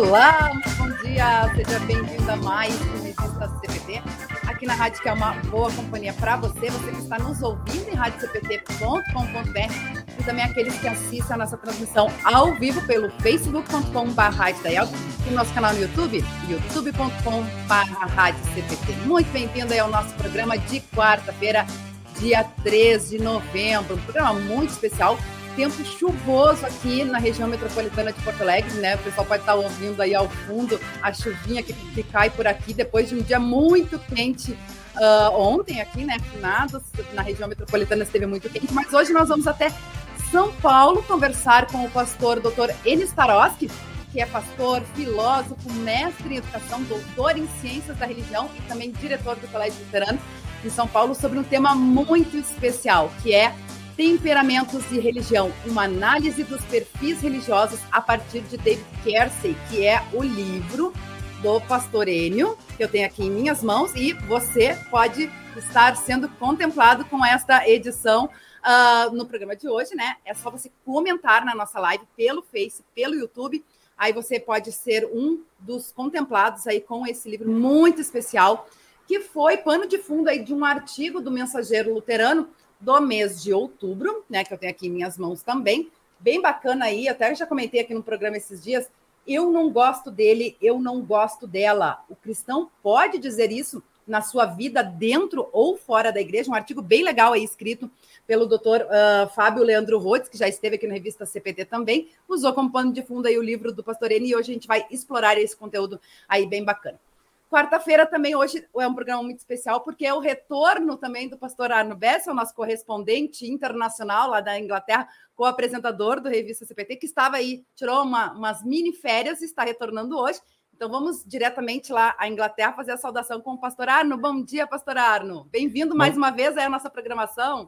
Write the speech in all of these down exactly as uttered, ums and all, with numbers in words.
Olá, bom dia, seja bem-vindo a mais uma Revista C P T, aqui na rádio que é uma boa companhia para você, você que está nos ouvindo em rádio c p t ponto com ponto b r e também aqueles que assistem a nossa transmissão ao vivo pelo facebook ponto com barra rádio Dayal e no nosso canal no YouTube, youtube ponto com barra rádio C P T. Muito bem-vindo aí ao nosso programa de quarta-feira, dia três de novembro, um programa muito especial. Tempo chuvoso aqui na região metropolitana de Porto Alegre, né? O pessoal pode estar ouvindo aí ao fundo a chuvinha que, que cai por aqui depois de um dia muito quente uh, ontem aqui, né? Finados, na região metropolitana esteve muito quente, mas hoje nós vamos até São Paulo conversar com o pastor doutor Enio Starosky, que é pastor, filósofo, mestre em educação, doutor em ciências da religião e também diretor do Colégio Luterano em São Paulo, sobre um tema muito especial, que é Temperamentos e Religião, uma análise dos perfis religiosos a partir de David Kelsey, que é o livro do pastor Enio, que eu tenho aqui em minhas mãos, e você pode estar sendo contemplado com esta edição uh, no programa de hoje, né? É só você comentar na nossa live pelo Face, pelo YouTube, aí você pode ser um dos contemplados aí com esse livro muito especial, que foi pano de fundo aí de um artigo do Mensageiro Luterano, do mês de outubro, né, que eu tenho aqui em minhas mãos também, bem bacana aí, até já comentei aqui no programa esses dias, eu não gosto dele, eu não gosto dela. O cristão pode dizer isso na sua vida dentro ou fora da igreja, um artigo bem legal aí escrito pelo doutor uh, Fábio Leandro Rhodes, que já esteve aqui na revista C P T também, usou como pano de fundo aí o livro do pastor Enio, e hoje a gente vai explorar esse conteúdo aí bem bacana. Quarta-feira também, hoje é um programa muito especial, porque é o retorno também do pastor Arno Bessel, nosso correspondente internacional lá da Inglaterra, co-apresentador do Revista C P T, que estava aí, tirou uma, umas mini férias e está retornando hoje. Então vamos diretamente lá à Inglaterra fazer a saudação com o pastor Arno. Bom dia, pastor Arno. Bem-vindo mais uma vez aí à nossa programação.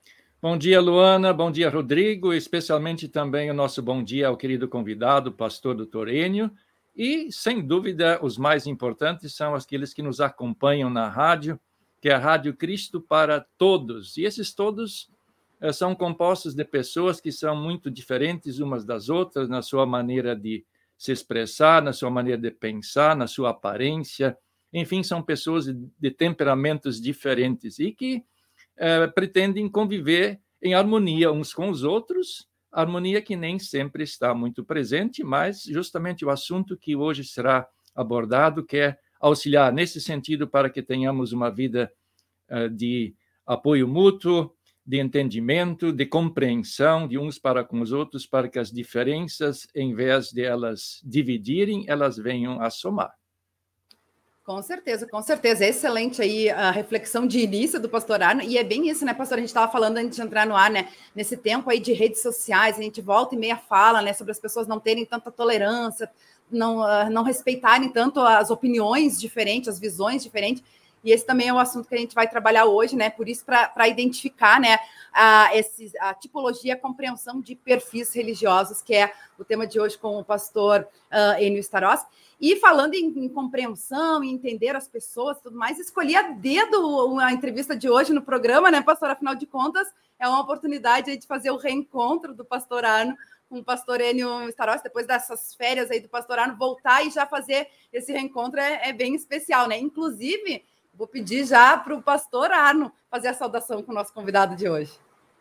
Bom dia, Luana. Bom dia, Rodrigo. Especialmente também o nosso bom dia ao querido convidado, pastor doutor Enio. E, sem dúvida, os mais importantes são aqueles que nos acompanham na rádio, que é a Rádio Cristo para Todos. E esses todos eh, são compostos de pessoas que são muito diferentes umas das outras, na sua maneira de se expressar, na sua maneira de pensar, na sua aparência. Enfim, são pessoas de, de temperamentos diferentes e que eh, pretendem conviver em harmonia uns com os outros, harmonia que nem sempre está muito presente, mas justamente o assunto que hoje será abordado quer auxiliar nesse sentido para que tenhamos uma vida uh, de apoio mútuo, de entendimento, de compreensão de uns para com os outros, para que as diferenças, em vez de elas dividirem, elas venham a somar. Com certeza, com certeza. É excelente aí a reflexão de início do pastor Arno, e é bem isso, né, pastor? A gente estava falando antes de entrar no ar, né? Nesse tempo aí de redes sociais, a gente volta e meia fala, né, sobre as pessoas não terem tanta tolerância, não, uh, não respeitarem tanto as opiniões diferentes, as visões diferentes, e esse também é o assunto que a gente vai trabalhar hoje, né? Por isso, para identificar, né, a, esse, a tipologia, a compreensão de perfis religiosos, que é o tema de hoje com o pastor uh, Enio Starosky. E falando em, em compreensão, em entender as pessoas e tudo mais, escolhi a dedo a entrevista de hoje no programa, né, pastor? Afinal de contas, é uma oportunidade de fazer o reencontro do pastor Arno com o pastor Enio Starosky, depois dessas férias aí do pastor Arno, voltar e já fazer esse reencontro é, é bem especial, né? Inclusive, vou pedir já para o pastor Arno fazer a saudação com o nosso convidado de hoje.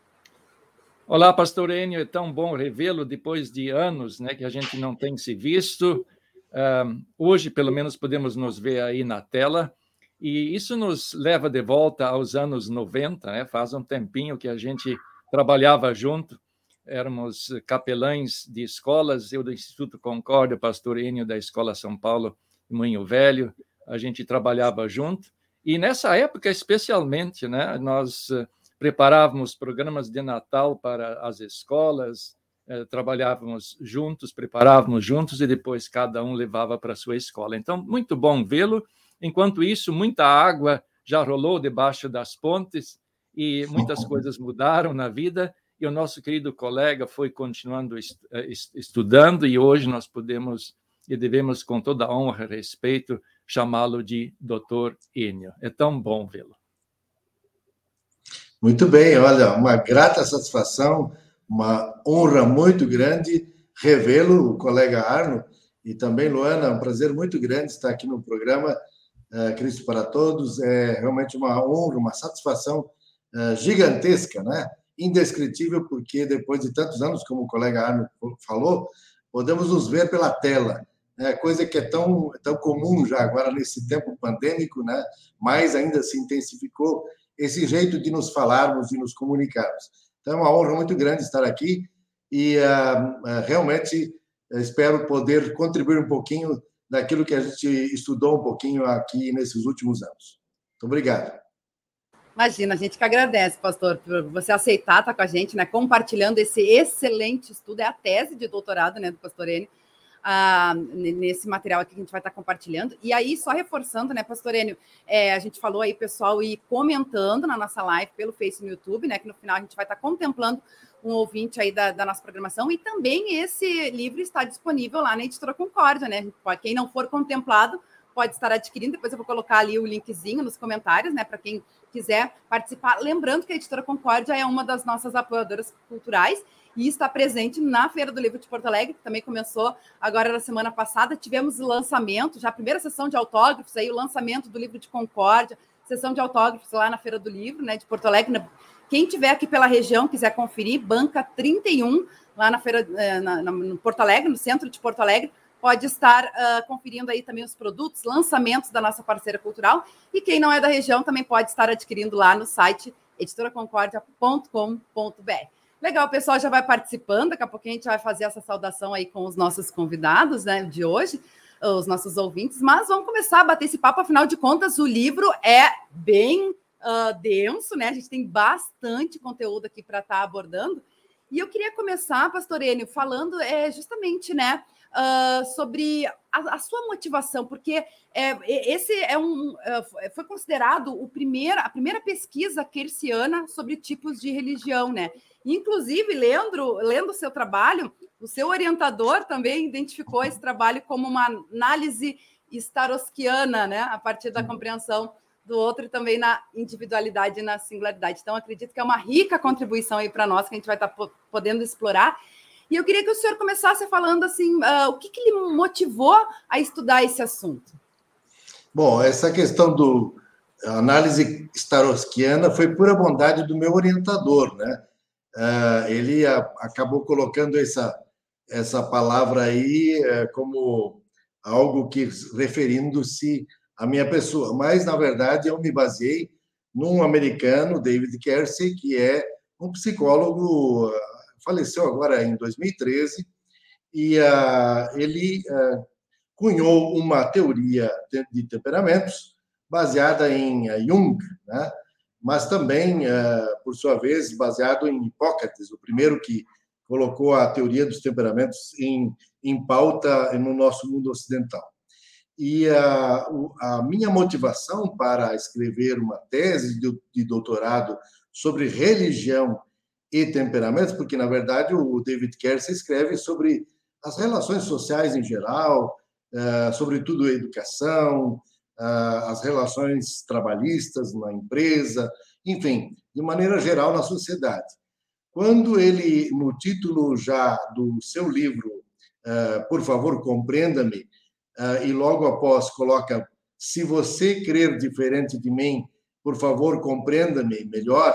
Olá, pastor Enio, é tão bom revê-lo depois de anos, né, que a gente não tem se visto. Uh, hoje, pelo menos, podemos nos ver aí na tela, e isso nos leva de volta aos anos noventa, né? Faz um tempinho que a gente trabalhava junto, éramos capelães de escolas, eu do Instituto Concórdia, pastor Enio da Escola São Paulo, Moinho Velho, a gente trabalhava junto, e nessa época, especialmente, né, nós uh, preparávamos programas de Natal para as escolas, Eh, trabalhávamos juntos, preparávamos juntos e depois cada um levava para a sua escola. Então, muito bom vê-lo. Enquanto isso, muita água já rolou debaixo das pontes e muitas coisas mudaram na vida, e o nosso querido colega foi continuando est- estudando, e hoje nós podemos e devemos, com toda a honra e respeito, chamá-lo de doutor Enio. É tão bom vê-lo. Muito bem, olha, uma grata satisfação, uma honra muito grande revê-lo, o colega Arno, e também, Luana, é um prazer muito grande estar aqui no programa uh, Cristo para Todos. É realmente uma honra, uma satisfação uh, gigantesca, né? Indescritível, porque depois de tantos anos, como o colega Arno falou, podemos nos ver pela tela, né? Coisa que é tão, tão comum já agora nesse tempo pandêmico, né? Mais ainda se intensificou esse jeito de nos falarmos e nos comunicarmos. Então, é uma honra muito grande estar aqui e uh, uh, realmente espero poder contribuir um pouquinho daquilo que a gente estudou um pouquinho aqui nesses últimos anos. Muito obrigado. Imagina, a gente que agradece, pastor, por você aceitar estar com a gente, né, compartilhando esse excelente estudo, é a tese de doutorado, né, do pastor Enio, ah, nesse material aqui que a gente vai estar compartilhando. E aí, só reforçando, né, pastor Enio, é, a gente falou aí, pessoal, ir comentando na nossa live pelo Face e no YouTube, né, que no final a gente vai estar contemplando um ouvinte aí da, da nossa programação, e também esse livro está disponível lá na Editora Concórdia, né, quem não for contemplado pode estar adquirindo, depois eu vou colocar ali o linkzinho nos comentários, né, para quem quiser participar. Lembrando que a Editora Concórdia é uma das nossas apoiadoras culturais e está presente na Feira do Livro de Porto Alegre, que também começou agora na semana passada. Tivemos o lançamento, já a primeira sessão de autógrafos, aí o lançamento do livro de Concórdia, sessão de autógrafos lá na Feira do Livro, né, de Porto Alegre. Quem tiver aqui pela região, quiser conferir, banca trinta e um, lá na Feira, na, na, no Porto Alegre, no centro de Porto Alegre, pode estar uh, conferindo aí também os produtos, lançamentos da nossa parceira cultural. E quem não é da região também pode estar adquirindo lá no site editora concórdia ponto com ponto b r. Legal, o pessoal já vai participando, daqui a pouquinho a gente vai fazer essa saudação aí com os nossos convidados, né, de hoje, os nossos ouvintes, mas vamos começar a bater esse papo, afinal de contas o livro é bem uh, denso, né, a gente tem bastante conteúdo aqui para estar abordando, e eu queria começar, pastor Enio, falando é, justamente, né, Uh, sobre a, a sua motivação, porque é, esse é um, uh, foi considerado o primeiro, a primeira pesquisa keynesiana sobre tipos de religião, né? Inclusive, lendo, lendo o seu trabalho, o seu orientador também identificou esse trabalho como uma análise starosquiana, né? A partir da compreensão do outro e também na individualidade e na singularidade. Então, acredito que é uma rica contribuição aí para nós, que a gente vai estar po- podendo explorar. E eu queria que o senhor começasse falando assim, uh, o que, que lhe motivou a estudar esse assunto? Bom, essa questão do análise starosquiana foi pura bondade do meu orientador, né? Uh, ele a, acabou colocando essa, essa palavra aí uh, como algo que referindo-se à minha pessoa, mas, na verdade, eu me baseei num americano, David Kelsey, que é um psicólogo... Uh, faleceu agora em dois mil e treze, e uh, ele uh, cunhou uma teoria de temperamentos baseada em uh, Jung, né? Mas também, uh, por sua vez, baseado em Hipócrates, o primeiro que colocou a teoria dos temperamentos em, em pauta no nosso mundo ocidental. E uh, a minha motivação para escrever uma tese de, de doutorado sobre religião e temperamentos, porque, na verdade, o David Kelsey escreve sobre as relações sociais em geral, sobretudo a educação, as relações trabalhistas na empresa, enfim, de maneira geral na sociedade. Quando ele, no título já do seu livro, Por favor, compreenda-me, e logo após coloca, se você crer diferente de mim, por favor, compreenda-me melhor,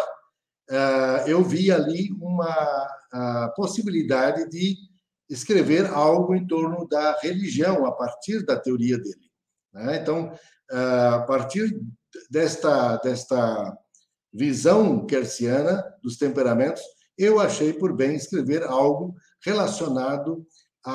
eu vi ali uma possibilidade de escrever algo em torno da religião, a partir da teoria dele. Então, a partir desta, desta visão kelsiana dos temperamentos, eu achei por bem escrever algo relacionado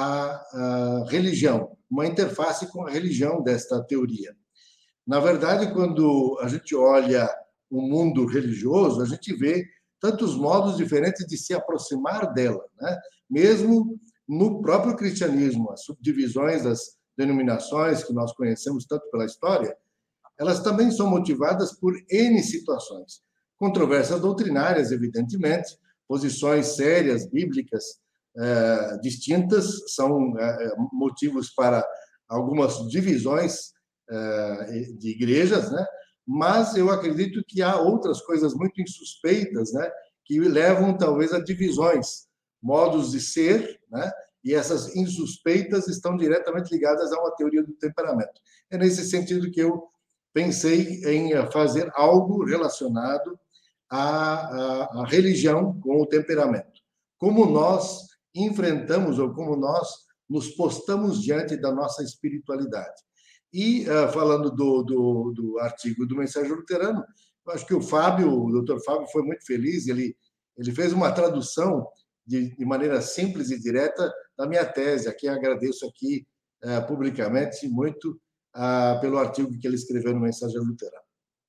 à religião, uma interface com a religião desta teoria. Na verdade, quando a gente olha o mundo religioso, a gente vê tantos modos diferentes de se aproximar dela, né? Mesmo no próprio cristianismo, as subdivisões das denominações que nós conhecemos tanto pela história, elas também são motivadas por N situações. Controvérsias doutrinárias, evidentemente, posições sérias, bíblicas, eh, distintas, são eh, motivos para algumas divisões eh, de igrejas, né? Mas eu acredito que há outras coisas muito insuspeitas, né, que levam talvez a divisões, modos de ser, né, e essas insuspeitas estão diretamente ligadas a uma teoria do temperamento. É nesse sentido que eu pensei em fazer algo relacionado à, à, à religião com o temperamento. Como nós enfrentamos ou como nós nos postamos diante da nossa espiritualidade. E, falando do, do, do artigo do Mensageiro Luterano, eu acho que o Fábio, o doutor Fábio, foi muito feliz, ele, ele fez uma tradução de, de maneira simples e direta da minha tese, a quem agradeço aqui uh, publicamente muito uh, pelo artigo que ele escreveu no Mensageiro Luterano.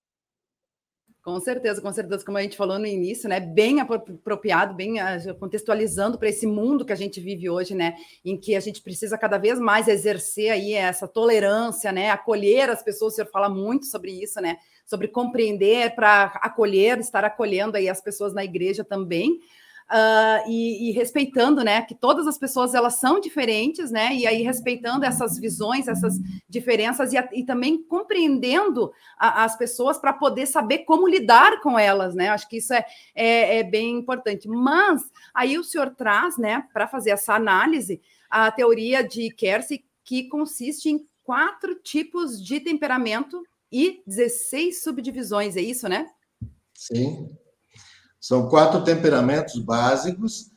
Com certeza, com certeza, como a gente falou no início, né, bem apropriado, bem contextualizando para esse mundo que a gente vive hoje, né, em que a gente precisa cada vez mais exercer aí essa tolerância, né, acolher as pessoas. O senhor fala muito sobre isso, né, sobre compreender para acolher, estar acolhendo aí as pessoas na igreja também. Uh, e, e respeitando, né, que todas as pessoas elas são diferentes, né, e aí respeitando essas visões, essas diferenças e, a, e também compreendendo a, as pessoas para poder saber como lidar com elas, né, acho que isso é, é, é bem importante. Mas aí o senhor traz, né, para fazer essa análise, a teoria de Kelsey, que consiste em quatro tipos de temperamento e dezesseis subdivisões, é isso, né? Sim. São quatro temperamentos básicos.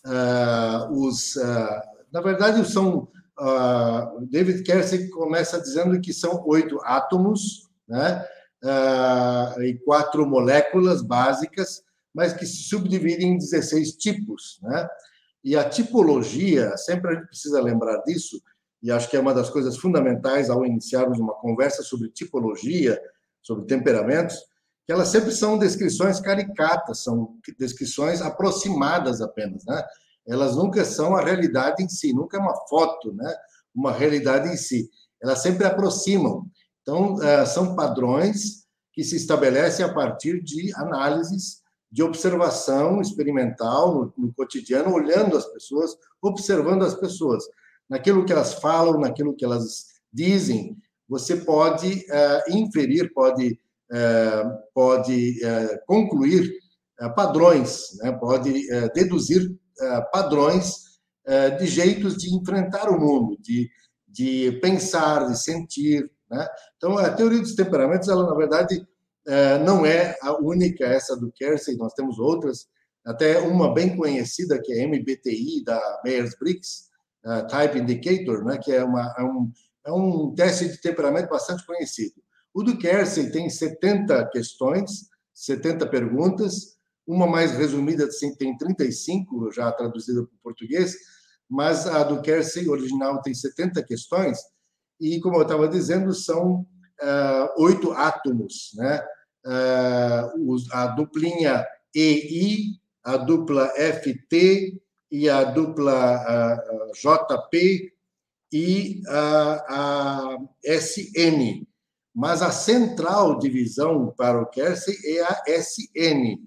Uh, os, uh, na verdade, são. Uh, David Kelsey começa dizendo que são oito átomos, né? Uh, e quatro moléculas básicas, mas que se subdividem em dezesseis tipos, né? E a tipologia, sempre a gente precisa lembrar disso, e acho que é uma das coisas fundamentais ao iniciarmos uma conversa sobre tipologia, sobre temperamentos, que elas sempre são descrições caricatas, são descrições aproximadas apenas, né? Elas nunca são a realidade em si, nunca é uma foto, né? Uma realidade em si. Elas sempre aproximam. Então, são padrões que se estabelecem a partir de análises, de observação experimental no, no cotidiano, olhando as pessoas, observando as pessoas. Naquilo que elas falam, naquilo que elas dizem, você pode uh, inferir, pode... Uh, pode uh, concluir uh, padrões, né? Pode uh, deduzir uh, padrões uh, de jeitos de enfrentar o mundo, de, de pensar, de sentir, né? Então, a teoria dos temperamentos, ela, na verdade, uh, não é a única, essa do Kelsey, nós temos outras, até uma bem conhecida, que é a M B T I, da Myers-Briggs, uh, Type Indicator, né? Que é, uma, é, um, é um teste de temperamento bastante conhecido. O do Kelsey tem setenta questões, setenta perguntas, uma mais resumida tem trinta e cinco, já traduzida para o português, mas a do Kelsey original tem setenta questões, e, como eu estava dizendo, são uh, oito átomos, né? Uh, os, a duplinha E I, a dupla F T e a dupla uh, J P e a, a S N. Mas a central divisão para o Kelsey é a S N.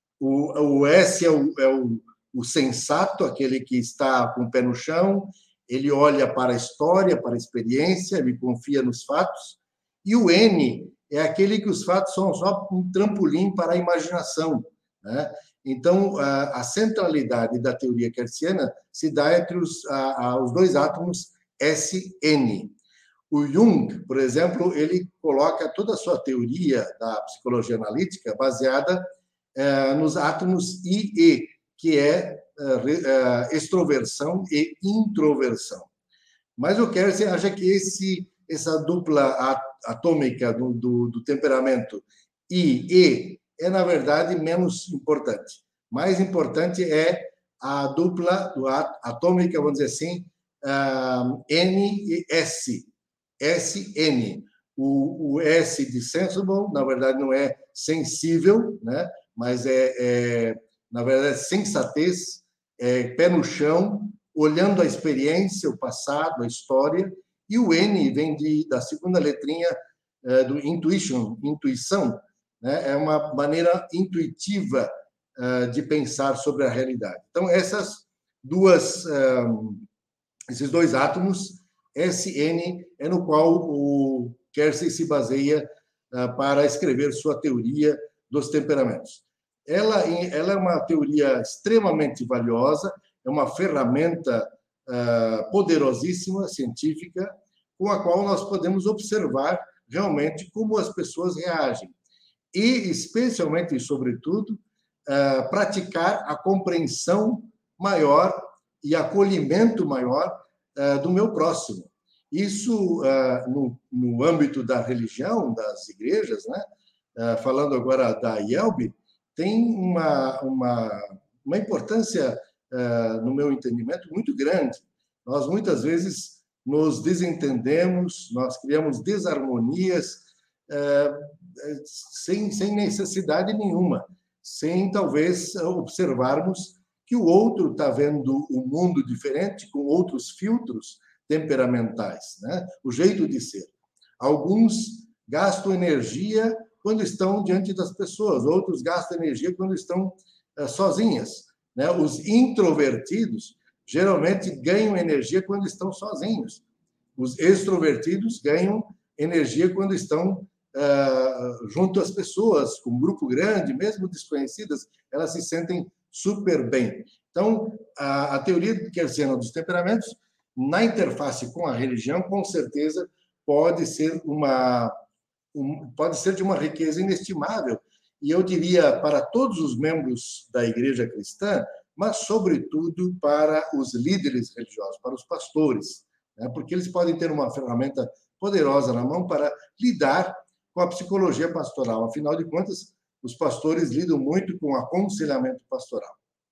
O, o S é, o, é o, o sensato, aquele que está com o pé no chão, ele olha para a história, para a experiência, ele confia nos fatos. E o N é aquele que os fatos são só um trampolim para a imaginação, né? Então, a, a centralidade da teoria kelsiana se dá entre os, a, a, os dois átomos S N. O Jung, por exemplo, ele coloca toda a sua teoria da psicologia analítica baseada eh, nos átomos I E, que é eh, extroversão e introversão. Mas o Kelsey acha que esse, essa dupla atômica do, do, do temperamento I E é, na verdade, menos importante. Mais importante é a dupla atômica, vamos dizer assim, uh, N e S. S N. O, o S de sensible, na verdade, não é sensível, né? Mas é, é, na verdade, sensatez, é pé no chão, olhando a experiência, o passado, a história. E o N vem de, da segunda letrinha é, do intuition, intuição, né? É uma maneira intuitiva é, de pensar sobre a realidade. Então, essas duas, é, esses dois átomos, S N, é no qual o Kelsey se baseia uh, para escrever sua teoria dos temperamentos. Ela, ela é uma teoria extremamente valiosa, é uma ferramenta uh, poderosíssima, científica, com a qual nós podemos observar realmente como as pessoas reagem. E, especialmente e sobretudo, uh, praticar a compreensão maior e acolhimento maior uh, do meu próximo. Isso, uh, no, no âmbito da religião, das igrejas, né? uh, falando agora da I E L B, tem uma, uma, uma importância, uh, no meu entendimento, muito grande. Nós, muitas vezes, nos desentendemos, nós criamos desarmonias uh, sem, sem necessidade nenhuma, sem, talvez, observarmos que o outro está vendo o mundo diferente, com outros filtros temperamentais, né? O jeito de ser. Alguns gastam energia quando estão diante das pessoas, outros gastam energia quando estão uh, sozinhas, né? Os introvertidos geralmente ganham energia quando estão sozinhos. Os extrovertidos ganham energia quando estão uh, junto às pessoas, com um grupo grande, mesmo desconhecidas, elas se sentem super bem. Então, a, a teoria kersiana dos temperamentos, na interface com a religião, com certeza pode ser uma um, pode ser de uma riqueza inestimável. E eu diria para todos os membros da Igreja Cristã, mas sobretudo para os líderes religiosos, para os pastores, né? Porque eles podem ter uma ferramenta poderosa na mão para lidar com a psicologia pastoral. Afinal de contas, os pastores lidam muito com aconselhamento pastoral.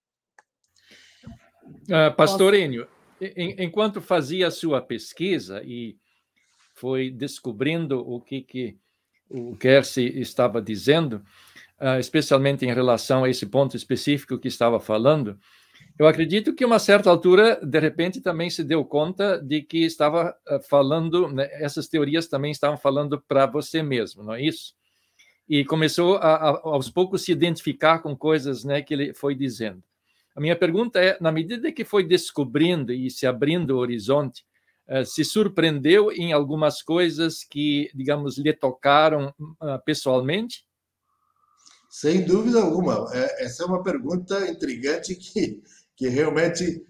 Uh, Pastor Enio, enquanto fazia a sua pesquisa e foi descobrindo o que, que o Kersey estava dizendo, uh, especialmente em relação a esse ponto específico que estava falando, eu acredito que, a uma certa altura, de repente, também se deu conta de que estava uh, falando, né, essas teorias também estavam falando para você mesmo, não é isso? E começou, a, a, aos poucos, se identificar com coisas, né, que ele foi dizendo. A minha pergunta é, na medida que foi descobrindo e se abrindo o horizonte, uh, se surpreendeu em algumas coisas que, digamos, lhe tocaram uh, pessoalmente? Sem dúvida alguma. Essa é uma pergunta intrigante que, que realmente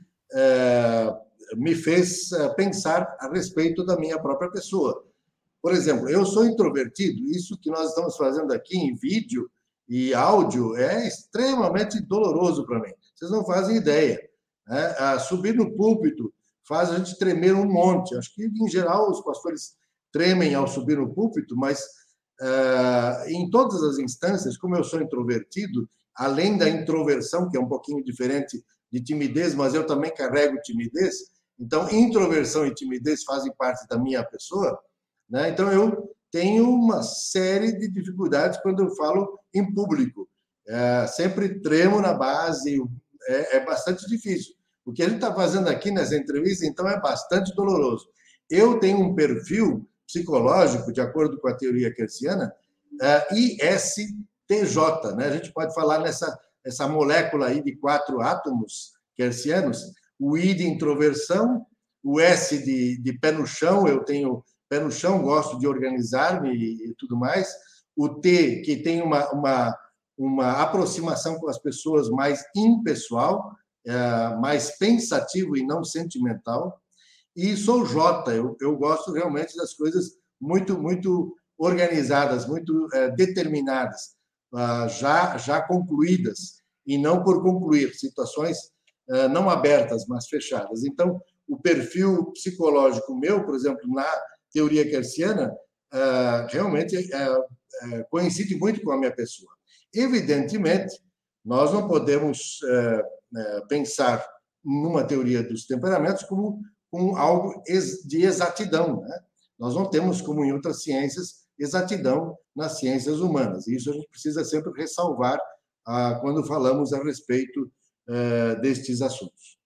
é, me fez pensar a respeito da minha própria pessoa. Por exemplo, eu sou introvertido, isso que nós estamos fazendo aqui em vídeo e áudio é extremamente doloroso para mim. Vocês não fazem ideia, né? Subir no púlpito faz a gente tremer um monte. Acho que, em geral, os pastores tremem ao subir no púlpito, mas uh, em todas as instâncias, como eu sou introvertido, além da introversão, que é um pouquinho diferente de timidez, mas eu também carrego timidez, então introversão e timidez fazem parte da minha pessoa, né? Então eu tenho uma série de dificuldades quando eu falo em público. É, sempre tremo na base, é, é bastante difícil. O que a gente está fazendo aqui nessa entrevista, então, é bastante doloroso. Eu tenho um perfil psicológico, de acordo com a teoria kersiana, é, I S T J, né? A gente pode falar nessa essa molécula aí de quatro átomos kersianos, o I de introversão, o S de, de pé no chão, eu tenho pé no chão, gosto de organizar-me e, e tudo mais, o T, que tem uma, uma, uma aproximação com as pessoas mais impessoal, é, mais pensativo e não sentimental, e sou J, eu, eu gosto realmente das coisas muito, muito organizadas, muito é, determinadas, uh, já, já concluídas, e não por concluir, situações uh, não abertas, mas fechadas. Então, o perfil psicológico meu, por exemplo, na teoria kersiana, uh, realmente uh, uh, coincide muito com a minha pessoa. Evidentemente, nós não podemos uh, uh, pensar numa teoria dos temperamentos como, como algo de exatidão, né? Nós não temos, como em outras ciências, exatidão nas ciências humanas. E isso a gente precisa sempre ressalvar uh, quando falamos a respeito uh, destes assuntos.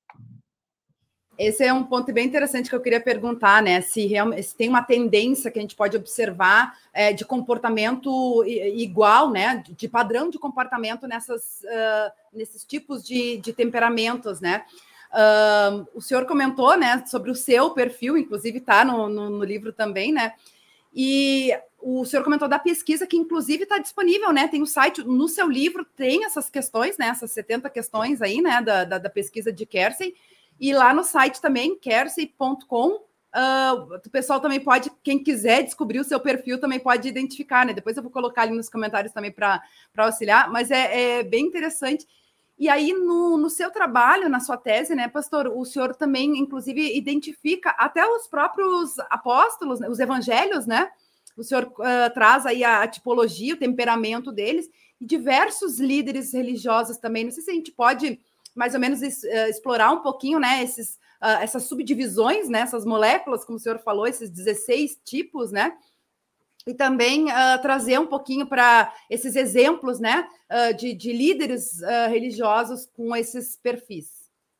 Esse é um ponto bem interessante que eu queria perguntar, né? Se, realmente, se tem uma tendência que a gente pode observar é, de comportamento igual, né? De padrão de comportamento nessas, uh, nesses tipos de, de temperamentos, né? Uh, o senhor comentou, né, sobre o seu perfil, inclusive está no, no, no livro também, né? E o senhor comentou da pesquisa que, inclusive, está disponível, né? Tem o site, no seu livro tem essas questões, né? Essas setenta questões aí, né? Da, da, da pesquisa de Kersey. E lá no site também, kersey ponto com, uh, o pessoal também pode, quem quiser descobrir o seu perfil, também pode identificar, né? Depois eu vou colocar ali nos comentários também para auxiliar, mas é, é bem interessante. E aí, no, no seu trabalho, na sua tese, né, pastor, o senhor também, inclusive, identifica até os próprios apóstolos, né, os evangelhos, né? O senhor uh, traz aí a, a tipologia, o temperamento deles, e diversos líderes religiosos também. Não sei se a gente pode, mais ou menos, es, uh, explorar um pouquinho, né, esses, uh, essas subdivisões, né, essas moléculas, como o senhor falou, esses dezesseis tipos, né? E também uh, trazer um pouquinho para esses exemplos, né, uh, de, de líderes uh, religiosos com esses perfis.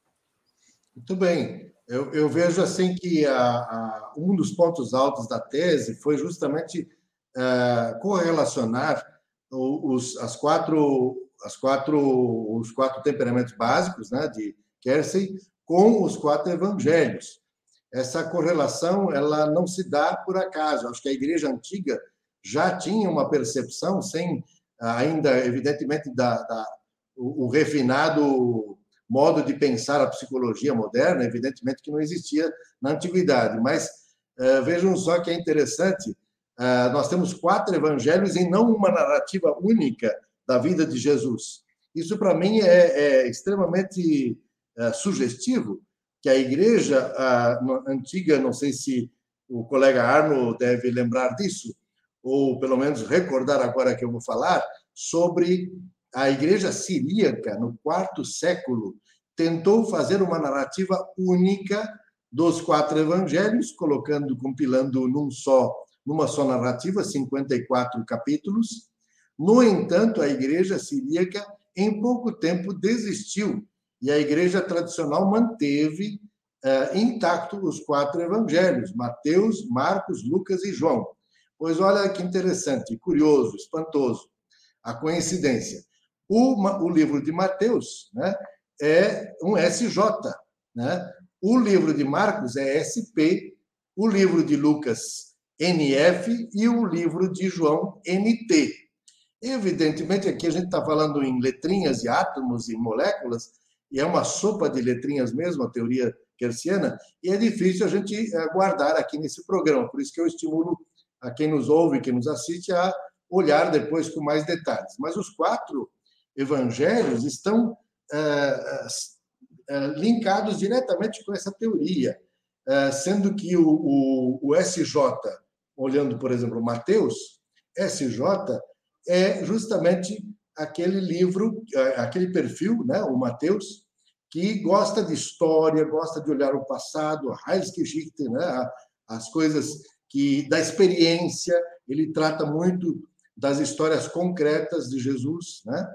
Muito bem. Eu, eu vejo assim que a, a, um dos pontos altos da tese foi justamente uh, correlacionar os, as quatro, as quatro, os quatro temperamentos básicos, né, de Kersey com os quatro evangelhos. Essa correlação ela não se dá por acaso. Acho que a Igreja Antiga já tinha uma percepção, sem ainda, evidentemente, da, da, o, o refinado modo de pensar a psicologia moderna, evidentemente que não existia na Antiguidade. Mas uh, vejam só que é interessante, uh, nós temos quatro evangelhos e não uma narrativa única da vida de Jesus. Isso, para mim, é, é extremamente uh, sugestivo, que a igreja a antiga, não sei se o colega Arno deve lembrar disso, ou pelo menos recordar agora que eu vou falar, sobre a igreja siríaca, no quarto século, tentou fazer uma narrativa única dos quatro evangelhos, colocando, compilando num só, numa só narrativa, cinquenta e quatro capítulos. No entanto, a igreja siríaca, em pouco tempo, desistiu. E a igreja tradicional manteve uh, intacto os quatro evangelhos, Mateus, Marcos, Lucas e João. Pois olha que interessante, curioso, espantoso, a coincidência. O, o livro de Mateus, né, é um S J, né? O livro de Marcos é S P, o livro de Lucas N F e o livro de João N T. Evidentemente, aqui a gente está falando em letrinhas e átomos e moléculas, e é uma sopa de letrinhas mesmo, a teoria kersiana, e é difícil a gente guardar aqui nesse programa. Por isso que eu estimulo a quem nos ouve, quem nos assiste, a olhar depois com mais detalhes. Mas os quatro evangelhos estão é, é, linkados diretamente com essa teoria, é, sendo que o, o, o S J, olhando, por exemplo, Mateus, S J é justamente aquele livro, aquele perfil, né, o Mateus, que gosta de história, gosta de olhar o passado, a Heilsgeschichte, né, as coisas que da experiência, ele trata muito das histórias concretas de Jesus, né?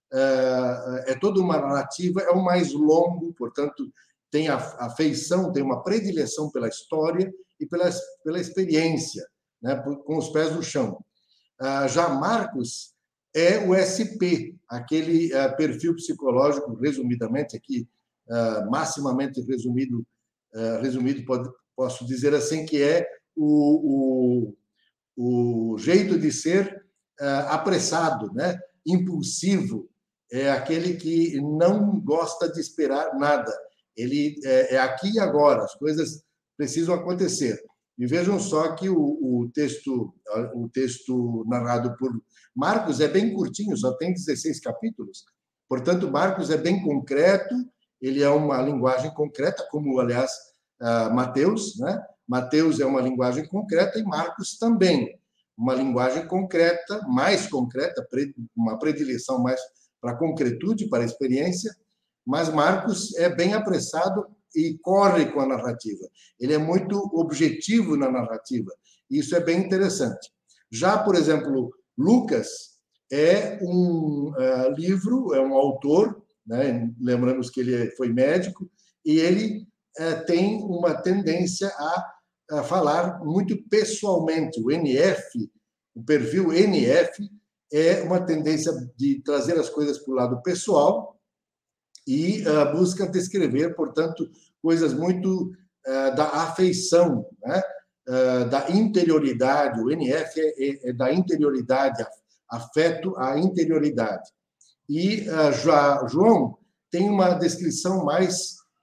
É toda uma narrativa, é o mais longo, portanto, tem a afeição, tem uma predileção pela história e pela, pela experiência, né? Com os pés no chão. Já Marcos é o S P, aquele perfil psicológico, resumidamente aqui, maximamente resumido, resumido pode, posso dizer assim, que é o, o, o jeito de ser apressado, né? Impulsivo, é aquele que não gosta de esperar nada. Ele é, é aqui e agora, as coisas precisam acontecer. E vejam só que o, o, texto, o texto narrado por Marcos é bem curtinho, só tem dezesseis capítulos. Portanto, Marcos é bem concreto, ele é uma linguagem concreta, como, aliás, Mateus, né? Mateus é uma linguagem concreta e Marcos também. Uma linguagem concreta, mais concreta, uma predileção mais para a concretude, para a experiência, mas Marcos é bem apressado e corre com a narrativa. Ele é muito objetivo na narrativa. Isso é bem interessante. Já, por exemplo, Lucas é um uh, livro, é um autor, né? Lembramos que ele foi médico, e ele uh, tem uma tendência a, a falar muito pessoalmente. O N F, o perfil N F, é uma tendência de trazer as coisas para o lado pessoal e uh, busca descrever, portanto, coisas muito uh, da afeição, né? uh, da interioridade. O N F é, é, é da interioridade, afeto à interioridade. E uh, já João tem uma descrição mais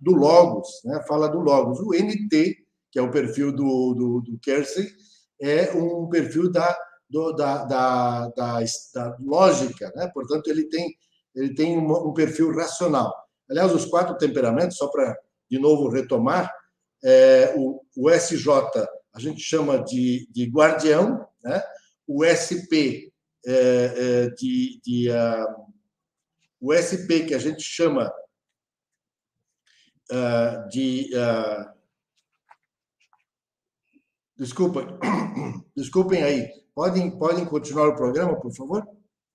do Logos, né? Fala do Logos. O N T, que é o perfil do, do, do Kelsey, é um perfil da, do, da, da, da, da lógica, né? Portanto, ele tem, ele tem um, um perfil racional. Aliás, os quatro temperamentos, só para, de novo, retomar, é, o, o S J a gente chama de, de guardião, né? O S P é, é, de... de uh, o S P, que a gente chama uh, de... Uh, desculpa, desculpem aí. Podem, podem continuar o programa, por favor?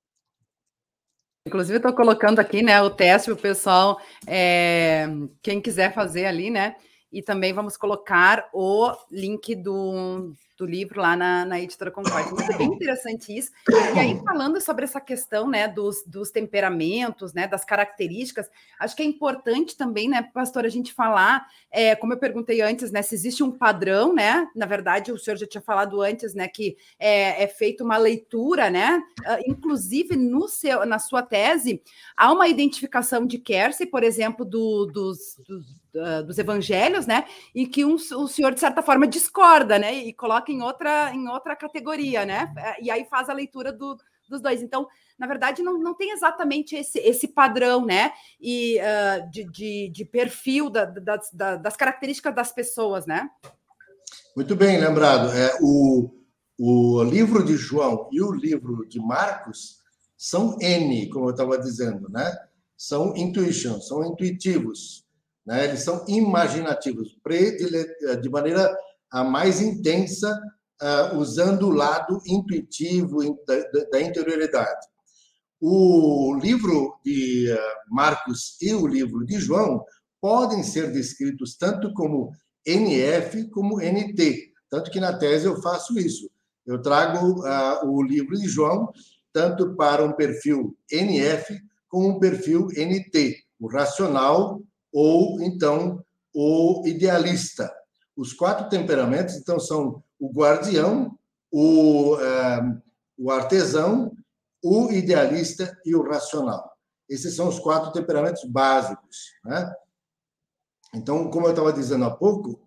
Inclusive, estou colocando aqui, né, o teste para o pessoal, é, quem quiser fazer ali, né? E também vamos colocar o link do, do livro lá na, na Editora Concorde. Mas é bem interessante isso. E aí, falando sobre essa questão, né, dos, dos temperamentos, né, das características, acho que é importante também, né, pastor, a gente falar, é, como eu perguntei antes, né, se existe um padrão, né? Na verdade, o senhor já tinha falado antes, né, que é, é feita uma leitura, né? Uh, inclusive, no seu, na sua tese, há uma identificação de Kelsey, por exemplo, do, dos, dos dos evangelhos, né? E que um, o senhor, de certa forma, discorda, né? E coloca em outra, em outra categoria, né? E aí faz a leitura do, dos dois. Então, na verdade, não, não tem exatamente esse, esse padrão, né? E uh, de, de, de perfil da, da, da, das características das pessoas, né? Muito bem lembrado. É, o, o livro de João e o livro de Marcos são N, como eu estava dizendo, né? São intuition, são intuitivos. Né? Eles são imaginativos, de maneira a mais intensa, uh, usando o lado intuitivo da, da interioridade. O livro de Marcos e o livro de João podem ser descritos tanto como N F como N T, tanto que na tese eu faço isso. Eu trago uh, o livro de João tanto para um perfil N F como um perfil N T, o racional, ou, então, o idealista. Os quatro temperamentos, então, são o guardião, o, uh, o artesão, o idealista e o racional. Esses são os quatro temperamentos básicos, né? Então, como eu estava dizendo há pouco,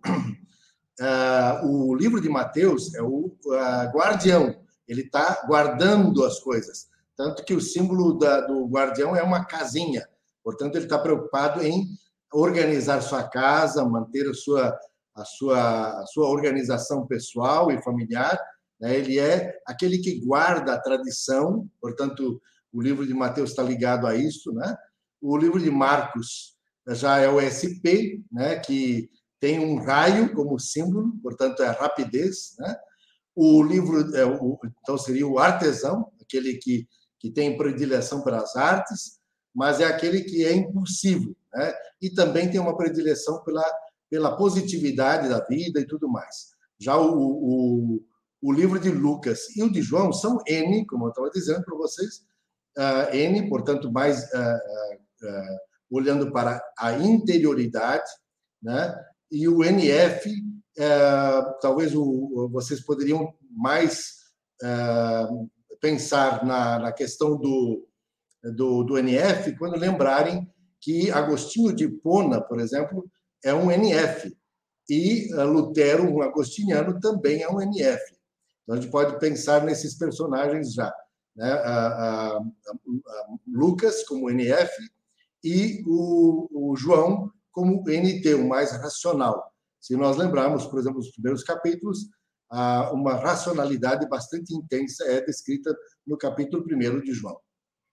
uh, o livro de Mateus é o uh, guardião. Ele está guardando as coisas. Tanto que o símbolo da, do guardião é uma casinha. Portanto, ele está preocupado em organizar sua casa, manter a sua, a sua, a sua organização pessoal e familiar. Né? Ele é aquele que guarda a tradição, portanto, o livro de Mateus está ligado a isso. Né? O livro de Marcos já é o S P, né? Que tem um raio como símbolo, portanto, é a rapidez. Né? O livro, é o, então, seria o artesão, aquele que, que tem predileção pelas artes, mas é aquele que é impulsivo, né? E também tem uma predileção pela, pela positividade da vida e tudo mais. Já o, o, o livro de Lucas e o de João são N, como eu estava dizendo para vocês, uh, N, portanto, mais uh, uh, olhando para a interioridade, né? E o N F, uh, talvez o, vocês poderiam mais uh, pensar na, na questão do Do, do N F, quando lembrarem que Agostinho de Hipona, por exemplo, é um N F, e Lutero, um agostiniano, também é um N F. Então, a gente pode pensar nesses personagens já. Né? A, a, a Lucas como N F e o, o João como N T, o mais racional. Se nós lembrarmos, por exemplo, os primeiros capítulos, uma racionalidade bastante intensa é descrita no capítulo primeiro de João.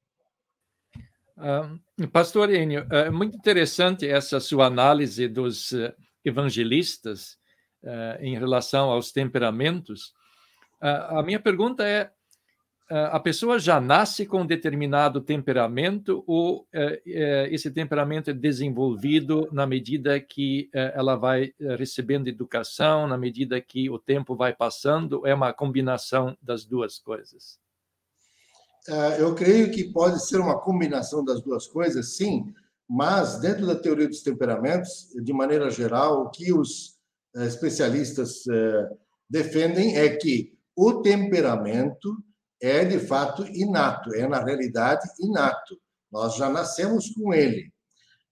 Uh, Pastor Enio, é uh, muito interessante essa sua análise dos uh, evangelistas uh, em relação aos temperamentos. Uh, a minha pergunta é, uh, a pessoa já nasce com um determinado temperamento ou uh, uh, esse temperamento é desenvolvido na medida que uh, ela vai recebendo educação, na medida que o tempo vai passando? É uma combinação das duas coisas? Eu creio que pode ser uma combinação das duas coisas, sim, mas dentro da teoria dos temperamentos, de maneira geral, o que os especialistas defendem é que o temperamento é, de fato, inato, é, na realidade, inato. Nós já nascemos com ele.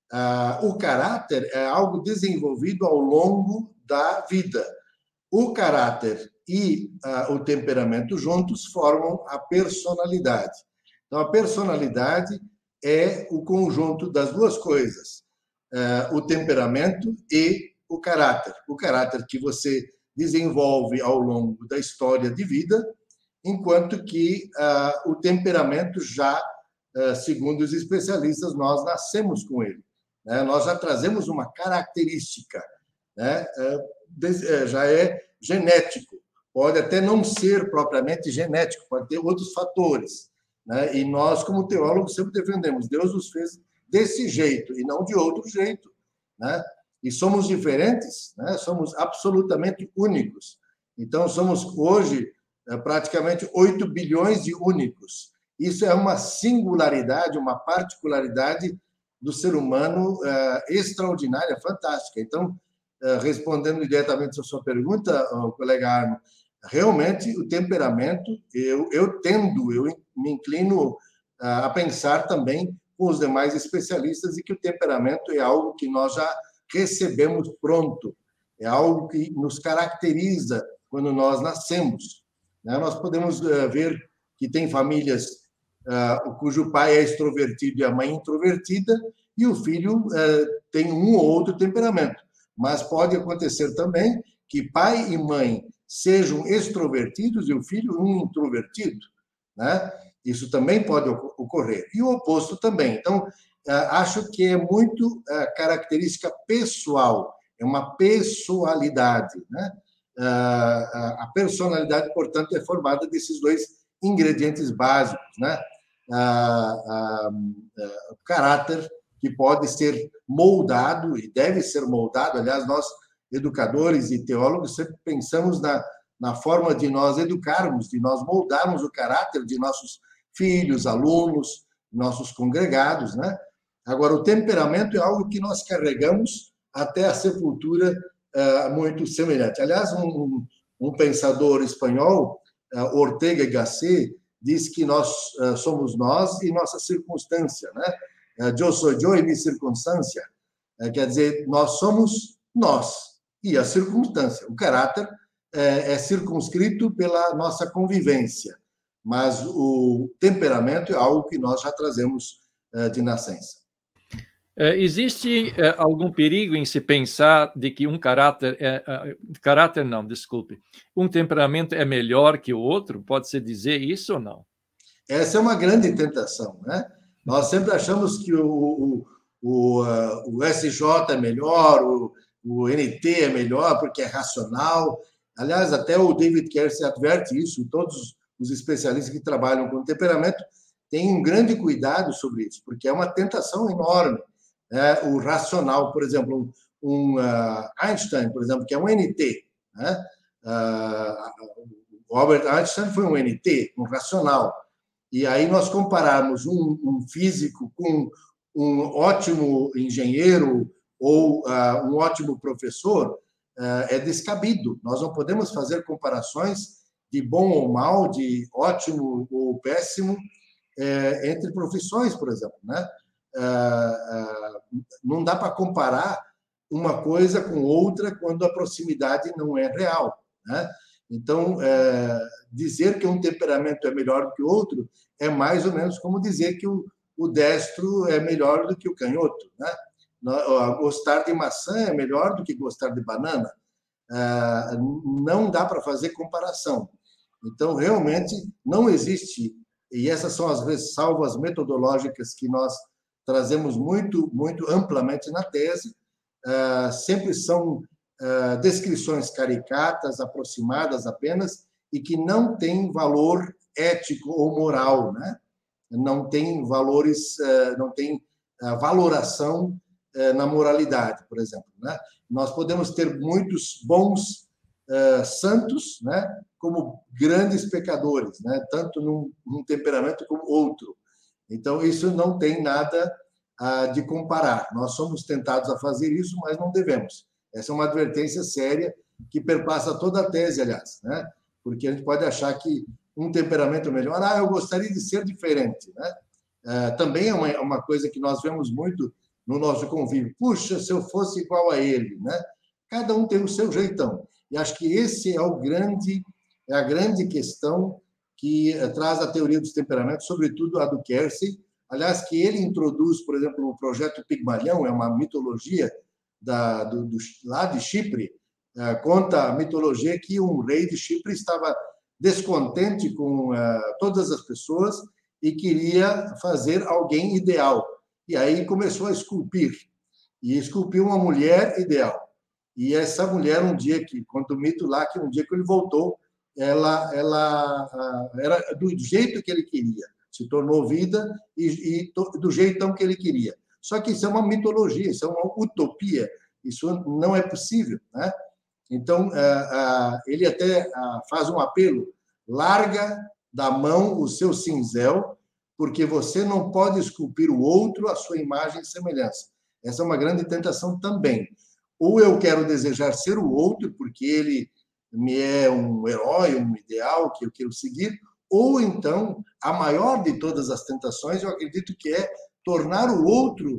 Ah, o caráter é algo desenvolvido ao longo da vida. O caráter e ah, o temperamento juntos formam a personalidade. Então, a personalidade é o conjunto das duas coisas, ah, o temperamento e o caráter. O caráter que você desenvolve ao longo da história de vida, enquanto que ah, o temperamento já, ah, segundo os especialistas, nós nascemos com ele. Né? Nós já trazemos uma característica, né? Ah, já é genético. Pode até não ser propriamente genético, pode ter outros fatores. Né? E nós, como teólogos, sempre defendemos, Deus nos fez desse jeito e não de outro jeito. Né? E somos diferentes, né? Somos absolutamente únicos. Então, somos hoje praticamente oito bilhões de únicos. Isso é uma singularidade, uma particularidade do ser humano uh, extraordinária, fantástica. Então, uh, respondendo diretamente à sua pergunta, uh, colega Arno, realmente o temperamento, eu, eu tendo, eu me inclino uh, a pensar também com os demais especialistas e que o temperamento é algo que nós já recebemos pronto, é algo que nos caracteriza quando nós nascemos. Né? Nós podemos uh, ver que tem famílias uh, cujo pai é extrovertido e a mãe introvertida, e o filho uh, tem um ou outro temperamento. Mas pode acontecer também que pai e mãe sejam extrovertidos e o filho um introvertido. Né? Isso também pode ocorrer. E o oposto também. Então, acho que é muito característica pessoal, é uma pessoalidade. Né? A personalidade, portanto, é formada desses dois ingredientes básicos. Né? O caráter, que pode ser moldado e deve ser moldado. Aliás, nós, educadores e teólogos, sempre pensamos na, na forma de nós educarmos, de nós moldarmos o caráter de nossos filhos, alunos, nossos congregados. Né? Agora, o temperamento é algo que nós carregamos até a sepultura, uh, muito semelhante. Aliás, um, um pensador espanhol, uh, Ortega y Gasset, diz que nós uh, somos nós e nossa circunstância. Né? Uh, eu sou eu e minha circunstância. Uh, quer dizer, nós somos nós e a circunstância. O caráter uh, é circunscrito pela nossa convivência, mas o temperamento é algo que nós já trazemos uh, de nascença. Existe algum perigo em se pensar de que um caráter, é, caráter não, desculpe, um temperamento é melhor que o outro? Pode-se dizer isso ou não? Essa é uma grande tentação, né? Nós sempre achamos que o, o, o, o S J é melhor, o, o N T é melhor porque é racional. Aliás, até o David Kelsey adverte isso, todos os especialistas que trabalham com temperamento têm um grande cuidado sobre isso, porque é uma tentação enorme. É, o racional, por exemplo, um, um uh, Einstein, por exemplo, que é um N T. Né? Uh, Albert Einstein foi um N T, um racional. E aí nós compararmos um, um físico com um ótimo engenheiro ou uh, um ótimo professor uh, é descabido. Nós não podemos fazer comparações de bom ou mal, de ótimo ou péssimo uh, entre profissões, por exemplo, né? Uh, uh, não dá para comparar uma coisa com outra quando a proximidade não é real. Né? Então, uh, dizer que um temperamento é melhor do que o outro é mais ou menos como dizer que o, o destro é melhor do que o canhoto. Né? Uh, gostar de maçã é melhor do que gostar de banana. Uh, não dá para fazer comparação. Então, realmente, não existe, e essas são as ressalvas metodológicas que nós trazemos muito, muito amplamente na tese, uh, sempre são uh, descrições caricatas, aproximadas apenas, e que não têm valor ético ou moral, né? Não tem valores, uh, não tem uh, valoração uh, na moralidade, por exemplo. Né? Nós podemos ter muitos bons uh, santos, né? Como grandes pecadores, né? Tanto num, num temperamento como outro. Então, isso não tem nada ah, de comparar. Nós somos tentados a fazer isso, mas não devemos. Essa é uma advertência séria que perpassa toda a tese, aliás, né? Porque a gente pode achar que um temperamento melhor, ah, eu gostaria de ser diferente. Né? Ah, também é uma, uma coisa que nós vemos muito no nosso convívio. Puxa, se eu fosse igual a ele, né? Cada um tem o seu jeitão. E acho que esse é o grande, é a grande questão que traz a teoria dos temperamentos, sobretudo a do Kelsey. Aliás, que ele introduz, por exemplo, no projeto Pigmalião, é uma mitologia da, do, do, lá de Chipre, é, conta a mitologia que um rei de Chipre estava descontente com é, todas as pessoas e queria fazer alguém ideal. E aí começou a esculpir. E esculpiu uma mulher ideal. E essa mulher, um dia que, conta o mito lá, que um dia que ele voltou, ela, ela era do jeito que ele queria. Se tornou vida e, e do jeitão que ele queria. Só que isso é uma mitologia, isso é uma utopia, isso não é possível, né? Então, ele até faz um apelo: larga da mão o seu cinzel, porque você não pode esculpir o outro à sua imagem e semelhança. Essa é uma grande tentação também. Ou eu quero desejar ser o outro, porque ele me é um herói, um ideal que eu quero seguir, ou então, a maior de todas as tentações, eu acredito que é tornar o outro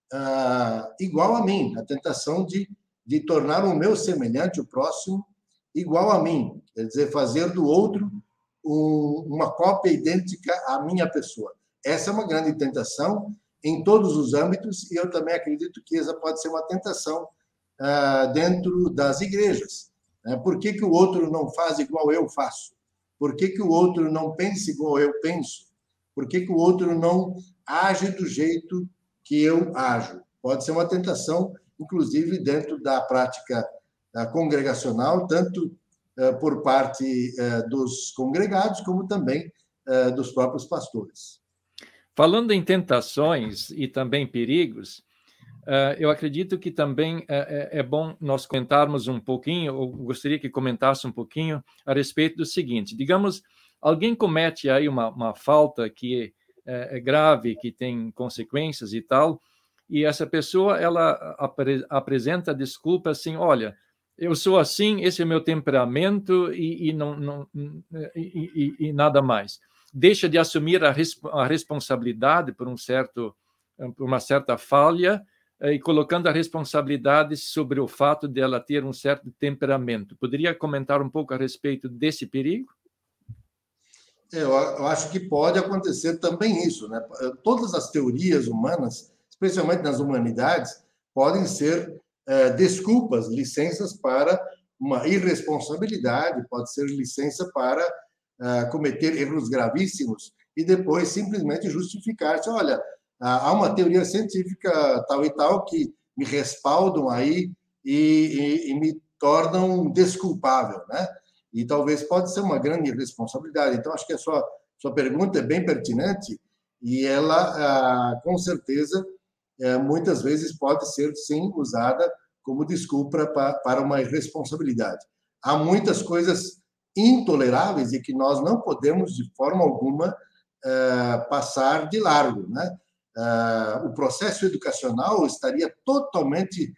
ah, igual a mim, a tentação de, de tornar o meu semelhante, o próximo, igual a mim, quer dizer, fazer do outro um, uma cópia idêntica à minha pessoa. Essa é uma grande tentação em todos os âmbitos, e eu também acredito que essa pode ser uma tentação ah, dentro das igrejas. Né? Por que que o outro não faz igual eu faço? Por que que o outro não pensa igual eu penso? Por que que o outro não age do jeito que eu ajo? Pode ser uma tentação, inclusive, dentro da prática congregacional, tanto por parte dos congregados, como também dos próprios pastores. Falando em tentações e também perigos, eu acredito que também é bom nós comentarmos um pouquinho, eu gostaria que comentasse um pouquinho a respeito do seguinte: digamos, alguém comete aí uma, uma falta que é, é grave, que tem consequências e tal, e essa pessoa, ela apre, apresenta desculpa assim: olha, eu sou assim, esse é o meu temperamento e, e, não, não, e, e, e nada mais. Deixa de assumir a, res, a responsabilidade por, um certo, por uma certa falha, e colocando a responsabilidade sobre o fato de ela ter um certo temperamento. Poderia comentar um pouco a respeito desse perigo? É, eu acho que pode acontecer também isso, né? Todas as teorias humanas, especialmente nas humanidades, podem ser é, desculpas, licenças para uma irresponsabilidade, pode ser licença para é, cometer erros gravíssimos e depois simplesmente justificar-se: olha, há uma teoria científica tal e tal que me respaldam aí e, e, e me tornam desculpável, né? E talvez pode ser uma grande responsabilidade. Então, acho que a sua, sua pergunta é bem pertinente e ela, com certeza, muitas vezes pode ser, sim, usada como desculpa para uma irresponsabilidade. Há muitas coisas intoleráveis e que nós não podemos, de forma alguma, passar de largo, né? Uh, o processo educacional estaria totalmente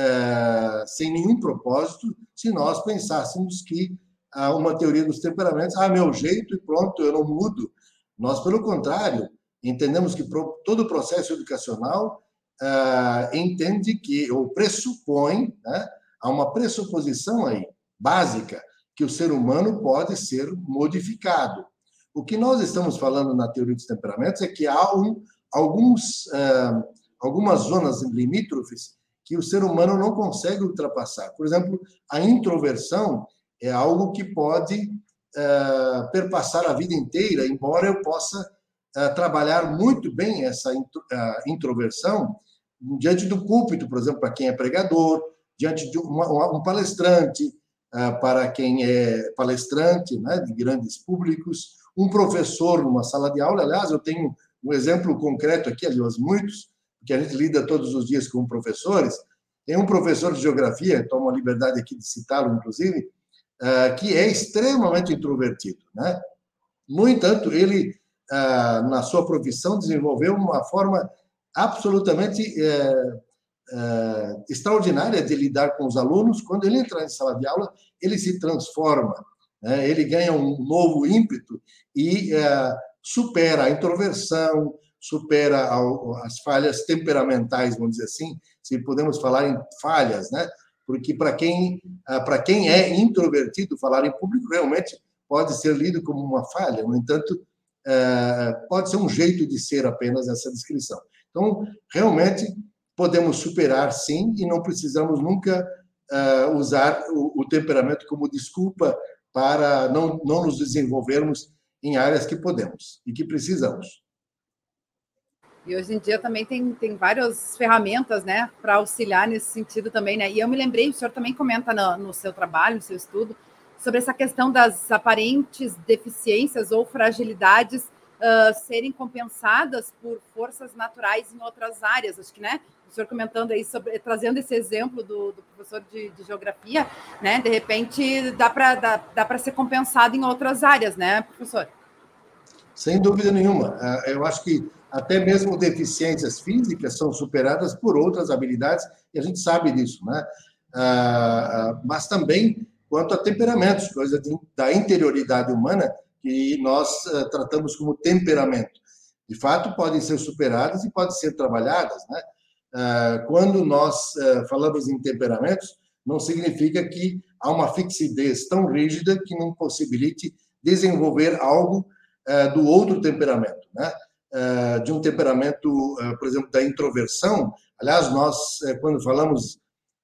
uh, sem nenhum propósito se nós pensássemos que uh, uma teoria dos temperamentos, ah, meu jeito e pronto, eu não mudo. Nós, pelo contrário, entendemos que pro, todo o processo educacional uh, entende que, ou pressupõe, né, há uma pressuposição aí, básica, que o ser humano pode ser modificado. O que nós estamos falando na teoria dos temperamentos é que há um Alguns, algumas zonas limítrofes que o ser humano não consegue ultrapassar. Por exemplo, a introversão é algo que pode perpassar a vida inteira, embora eu possa trabalhar muito bem essa introversão diante do púlpito, por exemplo, para quem é pregador, diante de um palestrante, para quem é palestrante, né, de grandes públicos, um professor numa sala de aula. Aliás, eu tenho um exemplo concreto aqui, aliás, muitos, porque a gente lida todos os dias com professores. Tem um professor de geografia, tomo a liberdade aqui de citá-lo, inclusive, que é extremamente introvertido, né? No entanto, ele, na sua profissão, desenvolveu uma forma absolutamente extraordinária de lidar com os alunos. Quando ele entra em sala de aula, ele se transforma, né? Ele ganha um novo ímpeto e supera a introversão, supera as falhas temperamentais, vamos dizer assim, se podemos falar em falhas, né? Porque para quem, para quem é introvertido, falar em público realmente pode ser lido como uma falha, no entanto, pode ser um jeito de ser apenas essa descrição. Então, realmente, podemos superar, sim, e não precisamos nunca usar o temperamento como desculpa para não, não nos desenvolvermos em áreas que podemos e que precisamos. E hoje em dia também tem, tem várias ferramentas, né, para auxiliar nesse sentido também, né? E eu me lembrei, o senhor também comenta no, no seu trabalho, no seu estudo, sobre essa questão das aparentes deficiências ou fragilidades uh, serem compensadas por forças naturais em outras áreas. Acho que, né, o senhor comentando aí, sobre, trazendo esse exemplo do, do professor de, de geografia, né, de repente dá para dá, dá para ser compensado em outras áreas, né, professor? Sem dúvida nenhuma. Eu acho que até mesmo deficiências físicas são superadas por outras habilidades, e a gente sabe disso, né? Mas também quanto a temperamentos, coisa de, da interioridade humana, que nós tratamos como temperamento. De fato, podem ser superadas e podem ser trabalhadas, né? Quando nós falamos em temperamentos, não significa que há uma fixidez tão rígida que não possibilite desenvolver algo do outro temperamento, né? De um temperamento, por exemplo, da introversão. Aliás, nós, quando falamos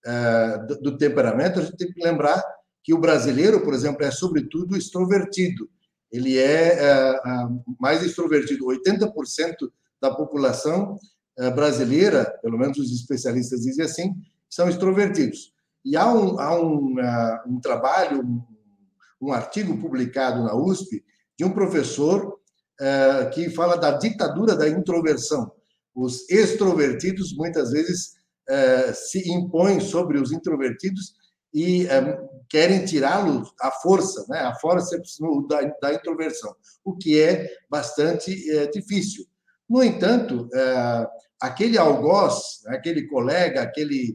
do temperamento, a gente tem que lembrar que o brasileiro, por exemplo, é sobretudo extrovertido. Ele é mais extrovertido. oitenta por cento da população brasileira, pelo menos os especialistas dizem assim, são extrovertidos. E há um, há um, um trabalho, um, um artigo publicado na U S P, de um professor eh, que fala da ditadura da introversão. Os extrovertidos, muitas vezes, eh, se impõem sobre os introvertidos e eh, querem tirá-los à força, né, a força da, da introversão, o que é bastante eh, difícil. No entanto, eh, aquele algoz, aquele colega, aquele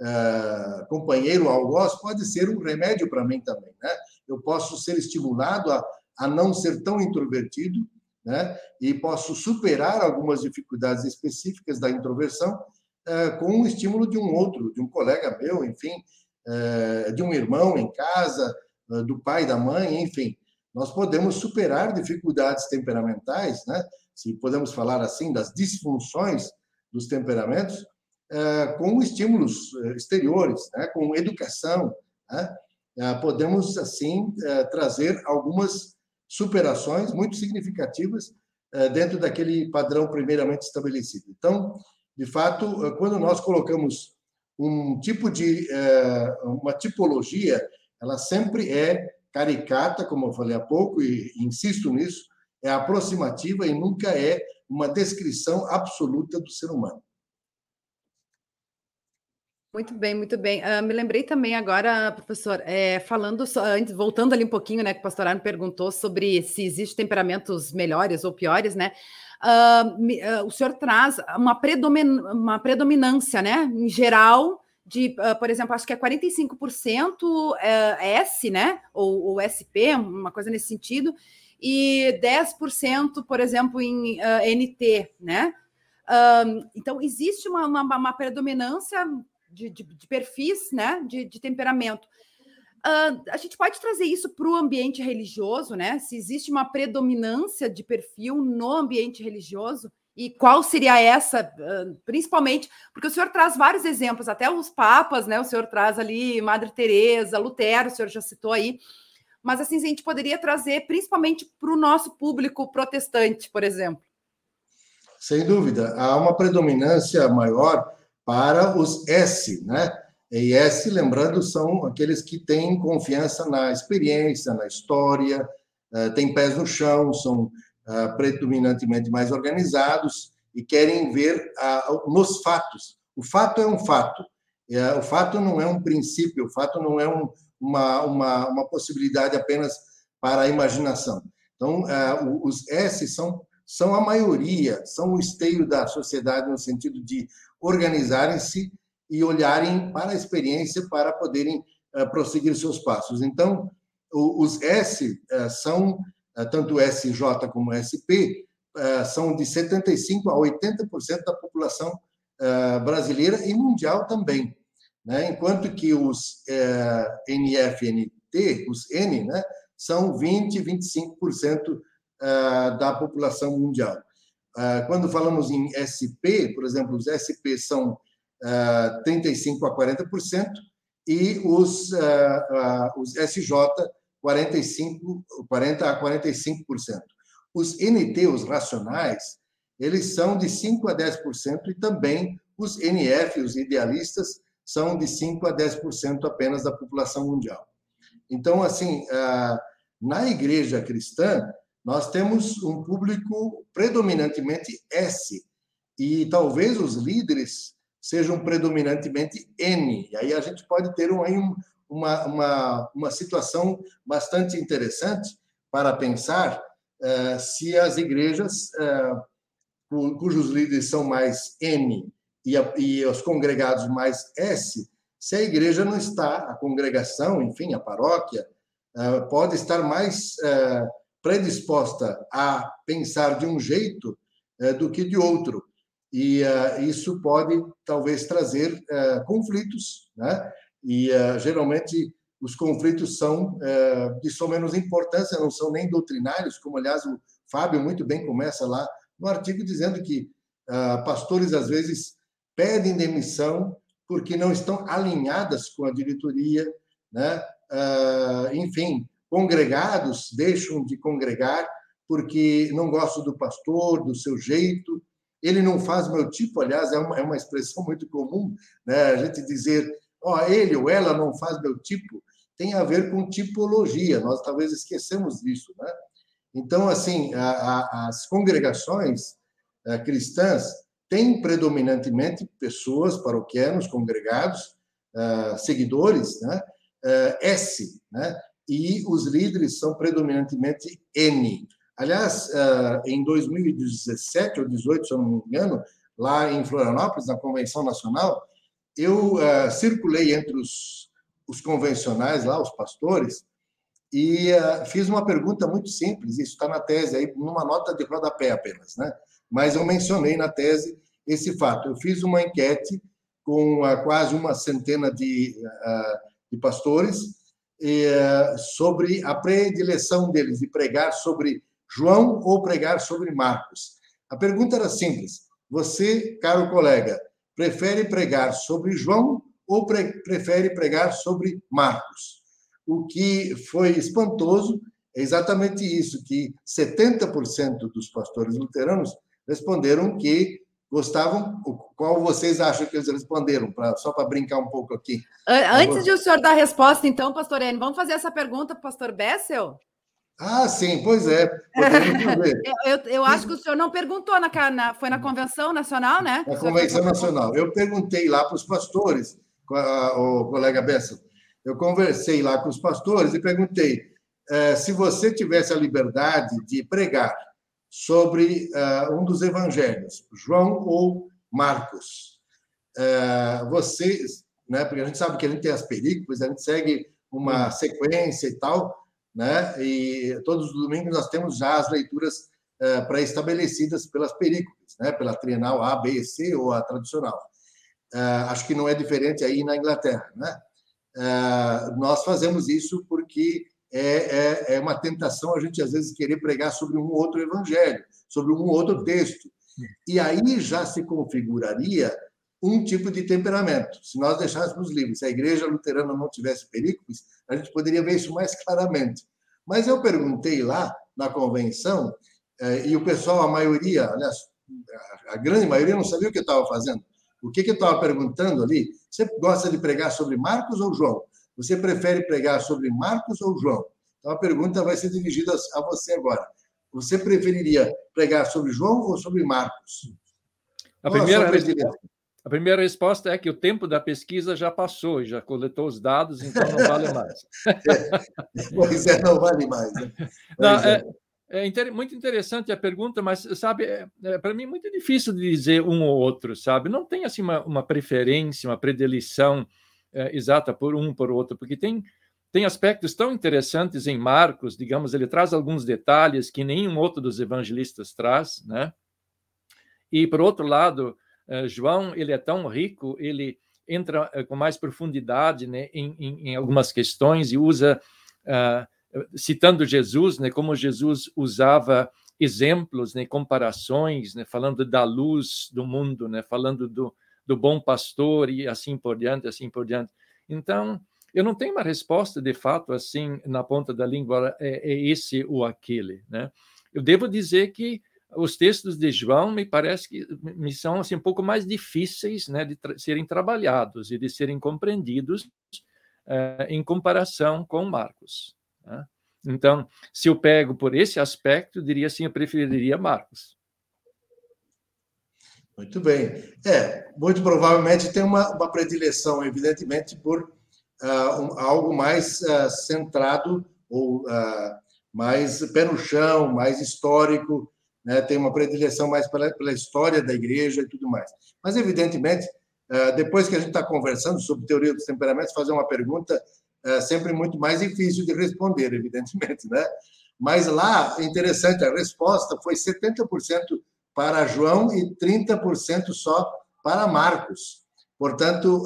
eh, companheiro algoz pode ser um remédio para mim também, né? Eu posso ser estimulado a a não ser tão introvertido, né? E posso superar algumas dificuldades específicas da introversão eh, com o estímulo de um outro, de um colega meu, enfim, eh, de um irmão em casa, eh, do pai, da mãe, enfim. Nós podemos superar dificuldades temperamentais, né? Se podemos falar assim, das disfunções dos temperamentos, eh, com estímulos exteriores, né? Com educação, né? Eh, podemos, assim, eh, trazer algumas superações muito significativas dentro daquele padrão primeiramente estabelecido. Então, de fato, quando nós colocamos um tipo de uma tipologia, ela sempre é caricata, como eu falei há pouco, e insisto nisso, é aproximativa e nunca é uma descrição absoluta do ser humano. Muito bem, muito bem. Uh, me lembrei também agora, professor, é, falando, só, antes, voltando ali um pouquinho, né, que o pastor Arno perguntou sobre se existem temperamentos melhores ou piores, né? Uh, me, uh, o senhor traz uma, predomin, uma predominância, né, em geral, de, uh, por exemplo, acho que é quarenta e cinco por cento é S, né, ou, ou S P, uma coisa nesse sentido, e dez por cento, por exemplo, em uh, N T, né? Uh, então, existe uma, uma, uma predominância De, de, de perfis, né, de, de temperamento. Uh, a gente pode trazer isso para o ambiente religioso, né? Se existe uma predominância de perfil no ambiente religioso, e qual seria essa, uh, principalmente, porque o senhor traz vários exemplos, até os papas, né? O senhor traz ali Madre Teresa, Lutero, o senhor já citou aí, mas assim, a gente poderia trazer principalmente para o nosso público protestante, por exemplo. Sem dúvida, há uma predominância maior para os S, né? E S, lembrando, são aqueles que têm confiança na experiência, na história, têm pés no chão, são predominantemente mais organizados e querem ver nos fatos. O fato é um fato. O fato não é um princípio, o fato não é um, uma, uma, uma possibilidade apenas para a imaginação. Então, os S são são a maioria, são o esteio da sociedade no sentido de organizarem-se e olharem para a experiência para poderem uh, prosseguir seus passos. Então, o, os S uh, são, uh, tanto S J como S P, são de setenta e cinco por cento a oitenta por cento da população brasileira e mundial também, né? Enquanto que os N F N T, os N, né, são vinte, vinte e cinco por cento da população mundial. Quando falamos em S P, por exemplo, os S P são trinta e cinco a quarenta por cento e os, os S J, quarenta e cinco, quarenta a quarenta e cinco por cento. Os N T, os racionais, eles são de cinco a dez por cento e também os N F, os idealistas, são de cinco a dez por cento apenas da população mundial. Então, assim, na igreja cristã, nós temos um público predominantemente S, e talvez os líderes sejam predominantemente N. E aí a gente pode ter uma, uma, uma situação bastante interessante para pensar uh, se as igrejas uh, cujos líderes são mais N e, a, e os congregados mais S, se a igreja não está, a congregação, enfim, a paróquia, uh, pode estar mais uh, predisposta a pensar de um jeito uh, do que de outro. E uh, isso pode, talvez, trazer uh, conflitos, né? E, uh, geralmente, os conflitos são uh, de só menos importância, não são nem doutrinários, como, aliás, o Fábio muito bem começa lá no artigo, dizendo que uh, pastores, às vezes, pedem demissão porque não estão alinhadas com a diretoria, né? Uh, enfim, congregados deixam de congregar porque não gostam do pastor, do seu jeito. Ele não faz meu tipo, aliás, é uma, é uma expressão muito comum, né? A gente dizer, ó, oh, ele ou ela não faz meu tipo, tem a ver com tipologia, nós talvez esquecemos disso, né? Então, assim, a, a, as congregações a, cristãs têm predominantemente pessoas, paroquianos, congregados, a, seguidores, né? A, S, né? E os líderes são predominantemente N. Aliás, em dois mil e dezessete ou dezoito, se eu não me engano, lá em Florianópolis, na Convenção Nacional, eu uh, circulei entre os, os convencionais lá, os pastores, e uh, fiz uma pergunta muito simples, isso está na tese, aí, numa nota de rodapé apenas, né? Mas eu mencionei na tese esse fato. Eu fiz uma enquete com uh, quase uma centena de, uh, de pastores uh, sobre a predileção deles de pregar sobre João ou pregar sobre Marcos. A pergunta era simples. Você, caro colega, prefere pregar sobre João ou pre- prefere pregar sobre Marcos? O que foi espantoso é exatamente isso, que setenta por cento dos pastores luteranos responderam que gostavam. Qual vocês acham que eles responderam? Pra, só para brincar um pouco aqui. Antes de o senhor dar a resposta, então, pastor Enio, vamos fazer essa pergunta para o pastor Bessel? Ah, sim, pois é. Podemos fazer. eu, eu, eu acho que o senhor não perguntou, na, na, foi na Convenção Nacional, né? Na Convenção Nacional. Eu perguntei lá para os pastores, o colega Bessa, eu conversei lá com os pastores e perguntei eh, se você tivesse a liberdade de pregar sobre uh, um dos evangelhos, João ou Marcos, uh, você, né, porque a gente sabe que a gente tem as perícopes, a gente segue uma sequência e tal, né? E todos os domingos nós temos já as leituras uh, pré-estabelecidas pelas perícopes, né? Pela trienal A, B e C ou a tradicional. Uh, acho que não é diferente aí na Inglaterra, né? Uh, nós fazemos isso porque é, é, é uma tentação a gente às vezes querer pregar sobre um outro evangelho, sobre um outro texto, e aí já se configuraria um tipo de temperamento. Se nós deixássemos livres, se a igreja luterana não tivesse perícopes, a gente poderia ver isso mais claramente. Mas eu perguntei lá na convenção, e o pessoal, a maioria, aliás, a grande maioria não sabia o que eu estava fazendo. O que eu estava perguntando ali? Você gosta de pregar sobre Marcos ou João? Você prefere pregar sobre Marcos ou João? Então a pergunta vai ser dirigida a você agora. Você preferiria pregar sobre João ou sobre Marcos? A primeira, resposta, a primeira resposta é que o tempo da pesquisa já passou, já coletou os dados, então não vale mais. É, pois é, não vale mais. Né? Não, é, é inter, muito interessante a pergunta, mas, sabe, é, é, para mim é muito difícil de dizer um ou outro, sabe? Não tem, assim, uma, uma preferência, uma predileção é, exata por um por outro, porque tem, tem aspectos tão interessantes em Marcos, digamos, ele traz alguns detalhes que nenhum outro dos evangelistas traz, né? E, por outro lado, João, ele é tão rico, ele entra com mais profundidade, né, em, em, em algumas questões e usa, uh, citando Jesus, né, como Jesus usava exemplos, né, comparações, né, falando da luz do mundo, né, falando do, do bom pastor e assim por diante, assim por diante. Então, eu não tenho uma resposta, de fato, assim, na ponta da língua, é, é esse ou aquele, né? Eu devo dizer que os textos de João me parece que me são assim um pouco mais difíceis, né, de tra- serem trabalhados e de serem compreendidos uh, em comparação com Marcos, né? Então, se eu pego por esse aspecto, eu diria assim, eu preferiria Marcos. Muito bem. É, muito provavelmente tem uma, uma predileção, evidentemente, por uh, um, algo mais uh, centrado ou uh, mais pé no chão, mais histórico, né? Tem uma predileção mais pela, pela história da igreja e tudo mais. Mas, evidentemente, uh, depois que a gente está conversando sobre teoria dos temperamentos, fazer uma pergunta é sempre muito mais difícil de responder, evidentemente, né? Mas lá, interessante, a resposta foi setenta por cento para João e trinta por cento só para Marcos. Portanto,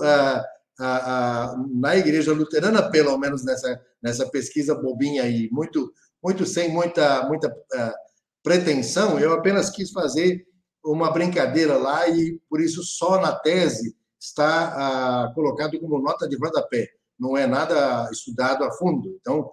na igreja luterana, pelo menos nessa, nessa pesquisa bobinha aí, muito, muito sem muita, muita pretensão, eu apenas quis fazer uma brincadeira lá e, por isso, só na tese está colocado como nota de rodapé. Não é nada estudado a fundo. Então,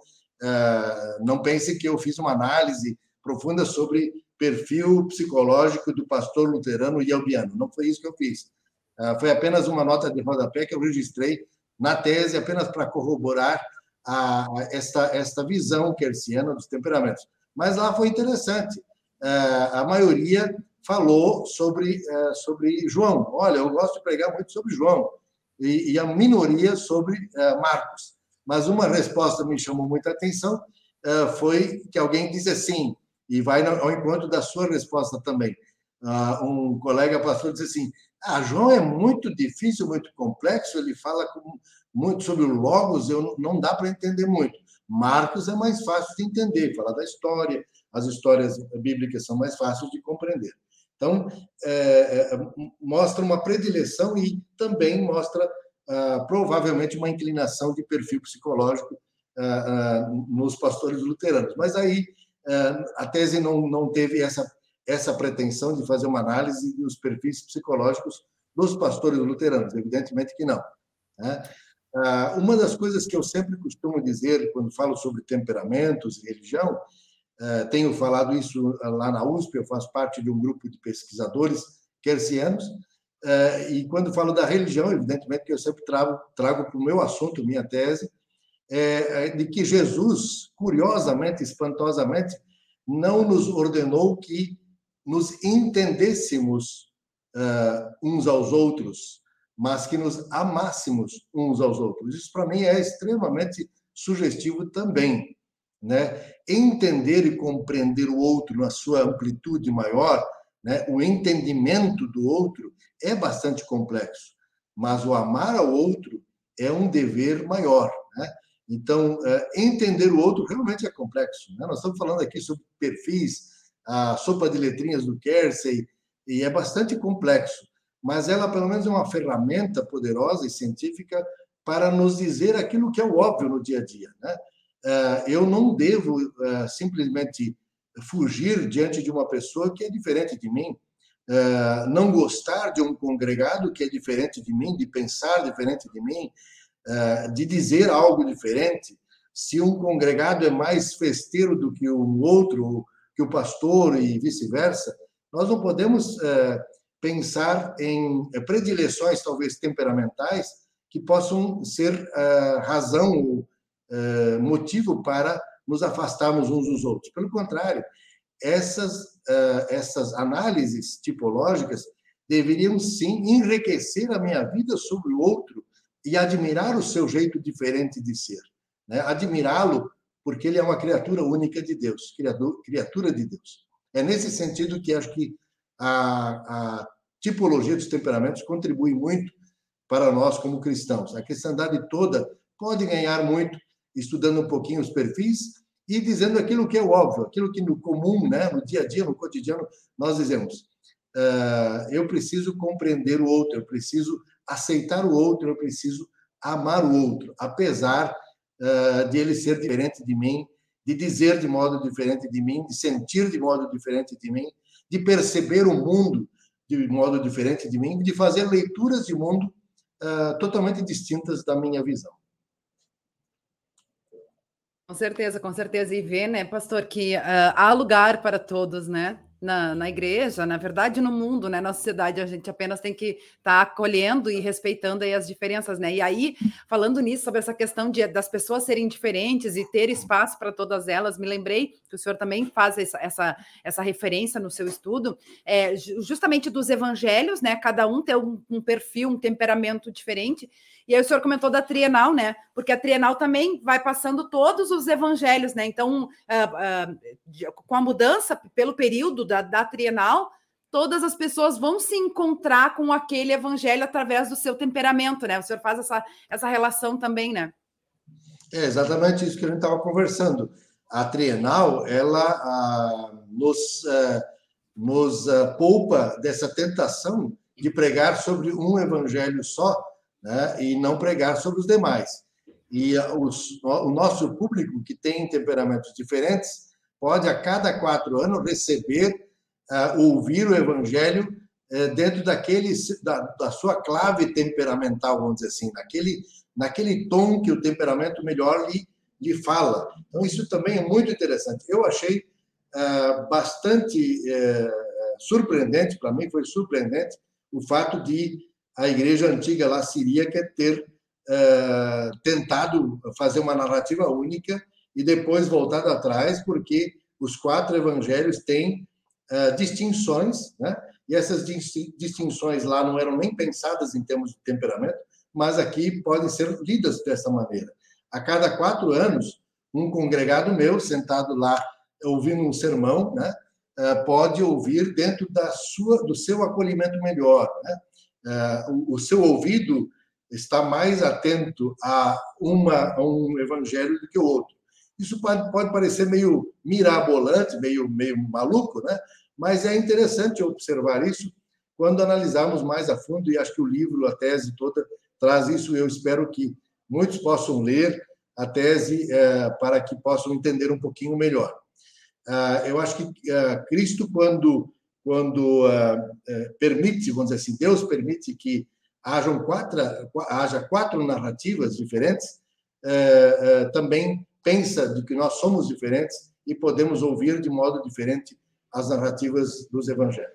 não pense que eu fiz uma análise profunda sobre perfil psicológico do pastor luterano Yelbiano. Não foi isso que eu fiz. Foi apenas uma nota de rodapé que eu registrei na tese, apenas para corroborar a, a, esta, esta visão kersiana dos temperamentos. Mas lá foi interessante. A maioria falou sobre, sobre João. Olha, eu gosto de pregar muito sobre João. E, e a minoria sobre uh, Marcos. Mas uma resposta me chamou muita atenção, uh, foi que alguém disse assim, e vai ao encontro da sua resposta também. Uh, um colega pastor disse assim, ah, João é muito difícil, muito complexo, ele fala com, muito sobre o Logos, eu, não dá para entender muito. Marcos é mais fácil de entender, fala da história, as histórias bíblicas são mais fáceis de compreender. Então, é, é, mostra uma predileção e também mostra, ah, provavelmente, uma inclinação de perfil psicológico ah, ah, nos pastores luteranos. Mas aí ah, a tese não, não teve essa, essa pretensão de fazer uma análise dos perfis psicológicos dos pastores luteranos, evidentemente que não, né? Ah, uma das coisas que eu sempre costumo dizer quando falo sobre temperamentos e religião, Uh, tenho falado isso lá na U S P, eu faço parte de um grupo de pesquisadores kersianos, uh, e quando falo da religião, evidentemente que eu sempre trago, trago para o meu assunto, minha tese, é, de que Jesus, curiosamente, espantosamente, não nos ordenou que nos entendêssemos uh, uns aos outros, mas que nos amássemos uns aos outros. Isso, para mim, é extremamente sugestivo também, né? Entender e compreender o outro na sua amplitude maior, né? O entendimento do outro é bastante complexo, mas o amar ao outro é um dever maior, né? Então, entender o outro realmente é complexo, né? Nós estamos falando aqui sobre perfis, a sopa de letrinhas do Kersey, e é bastante complexo, mas ela, pelo menos, é uma ferramenta poderosa e científica para nos dizer aquilo que é o óbvio no dia a dia, né? Eu não devo simplesmente fugir diante de uma pessoa que é diferente de mim, não gostar de um congregado que é diferente de mim, de pensar diferente de mim, de dizer algo diferente. Se um congregado é mais festeiro do que o outro, que o pastor e vice-versa, nós não podemos pensar em predileções, talvez temperamentais, que possam ser razão, motivo para nos afastarmos uns dos outros. Pelo contrário, essas, essas análises tipológicas deveriam, sim, enriquecer a minha vida sobre o outro e admirar o seu jeito diferente de ser, né? Admirá-lo porque ele é uma criatura única de Deus, criador, criatura de Deus. É nesse sentido que acho que a, a tipologia dos temperamentos contribui muito para nós como cristãos. A cristandade toda pode ganhar muito estudando um pouquinho os perfis e dizendo aquilo que é óbvio, aquilo que no comum, né, no dia a dia, no cotidiano, nós dizemos. Uh, eu preciso compreender o outro, eu preciso aceitar o outro, eu preciso amar o outro, apesar uh, de ele ser diferente de mim, de dizer de modo diferente de mim, de sentir de modo diferente de mim, de perceber o mundo de modo diferente de mim, de fazer leituras de mundo uh, totalmente distintas da minha visão. Com certeza, com certeza. E ver, né, pastor, que uh, há lugar para todos, né? Na, na igreja, na verdade, no mundo, né? Na sociedade, a gente apenas tem que estar tá acolhendo e respeitando aí as diferenças, né? E aí, falando nisso, sobre essa questão de, das pessoas serem diferentes e ter espaço para todas elas, me lembrei que o senhor também faz essa, essa, essa referência no seu estudo, é, justamente dos evangelhos, né? Cada um tem um, um perfil, um temperamento diferente. E aí o senhor comentou da trienal, né? Porque a trienal também vai passando todos os evangelhos, né? Então, uh, uh, com a mudança pelo período da, da trienal, todas as pessoas vão se encontrar com aquele evangelho através do seu temperamento, né? O senhor faz essa, essa relação também, né? É exatamente isso que a gente estava conversando. A trienal, ela uh, nos, uh, nos uh, poupa dessa tentação de pregar sobre um evangelho só, né, e não pregar sobre os demais. E os, o nosso público, que tem temperamentos diferentes, pode, a cada quatro anos, receber, uh, ouvir o evangelho uh, dentro daquele, da, da sua clave temperamental, vamos dizer assim, naquele, naquele tom que o temperamento melhor lhe, lhe fala. Então, isso também é muito interessante. Eu achei uh, bastante uh, surpreendente, para mim foi surpreendente, o fato de a igreja antiga lá siríaca ter uh, tentado fazer uma narrativa única e depois voltado atrás, porque os quatro evangelhos têm uh, distinções, né? E essas distinções lá não eram nem pensadas em termos de temperamento, mas aqui podem ser lidas dessa maneira. A cada quatro anos, um congregado meu, sentado lá, ouvindo um sermão, né? Uh, pode ouvir dentro da sua, do seu acolhimento melhor, né? Uh, o seu ouvido está mais atento a, uma, a um evangelho do que o outro. Isso pode, pode parecer meio mirabolante, meio, meio maluco, né? Mas é interessante observar isso quando analisarmos mais a fundo, e acho que o livro, a tese toda, traz isso. Eu espero que muitos possam ler a tese é, para que possam entender um pouquinho melhor. Uh, eu acho que uh, Cristo, quando... quando uh, permite, vamos dizer assim, Deus permite que hajam quatro, haja quatro narrativas diferentes, uh, uh, também pensa de que nós somos diferentes e podemos ouvir de modo diferente as narrativas dos evangelhos.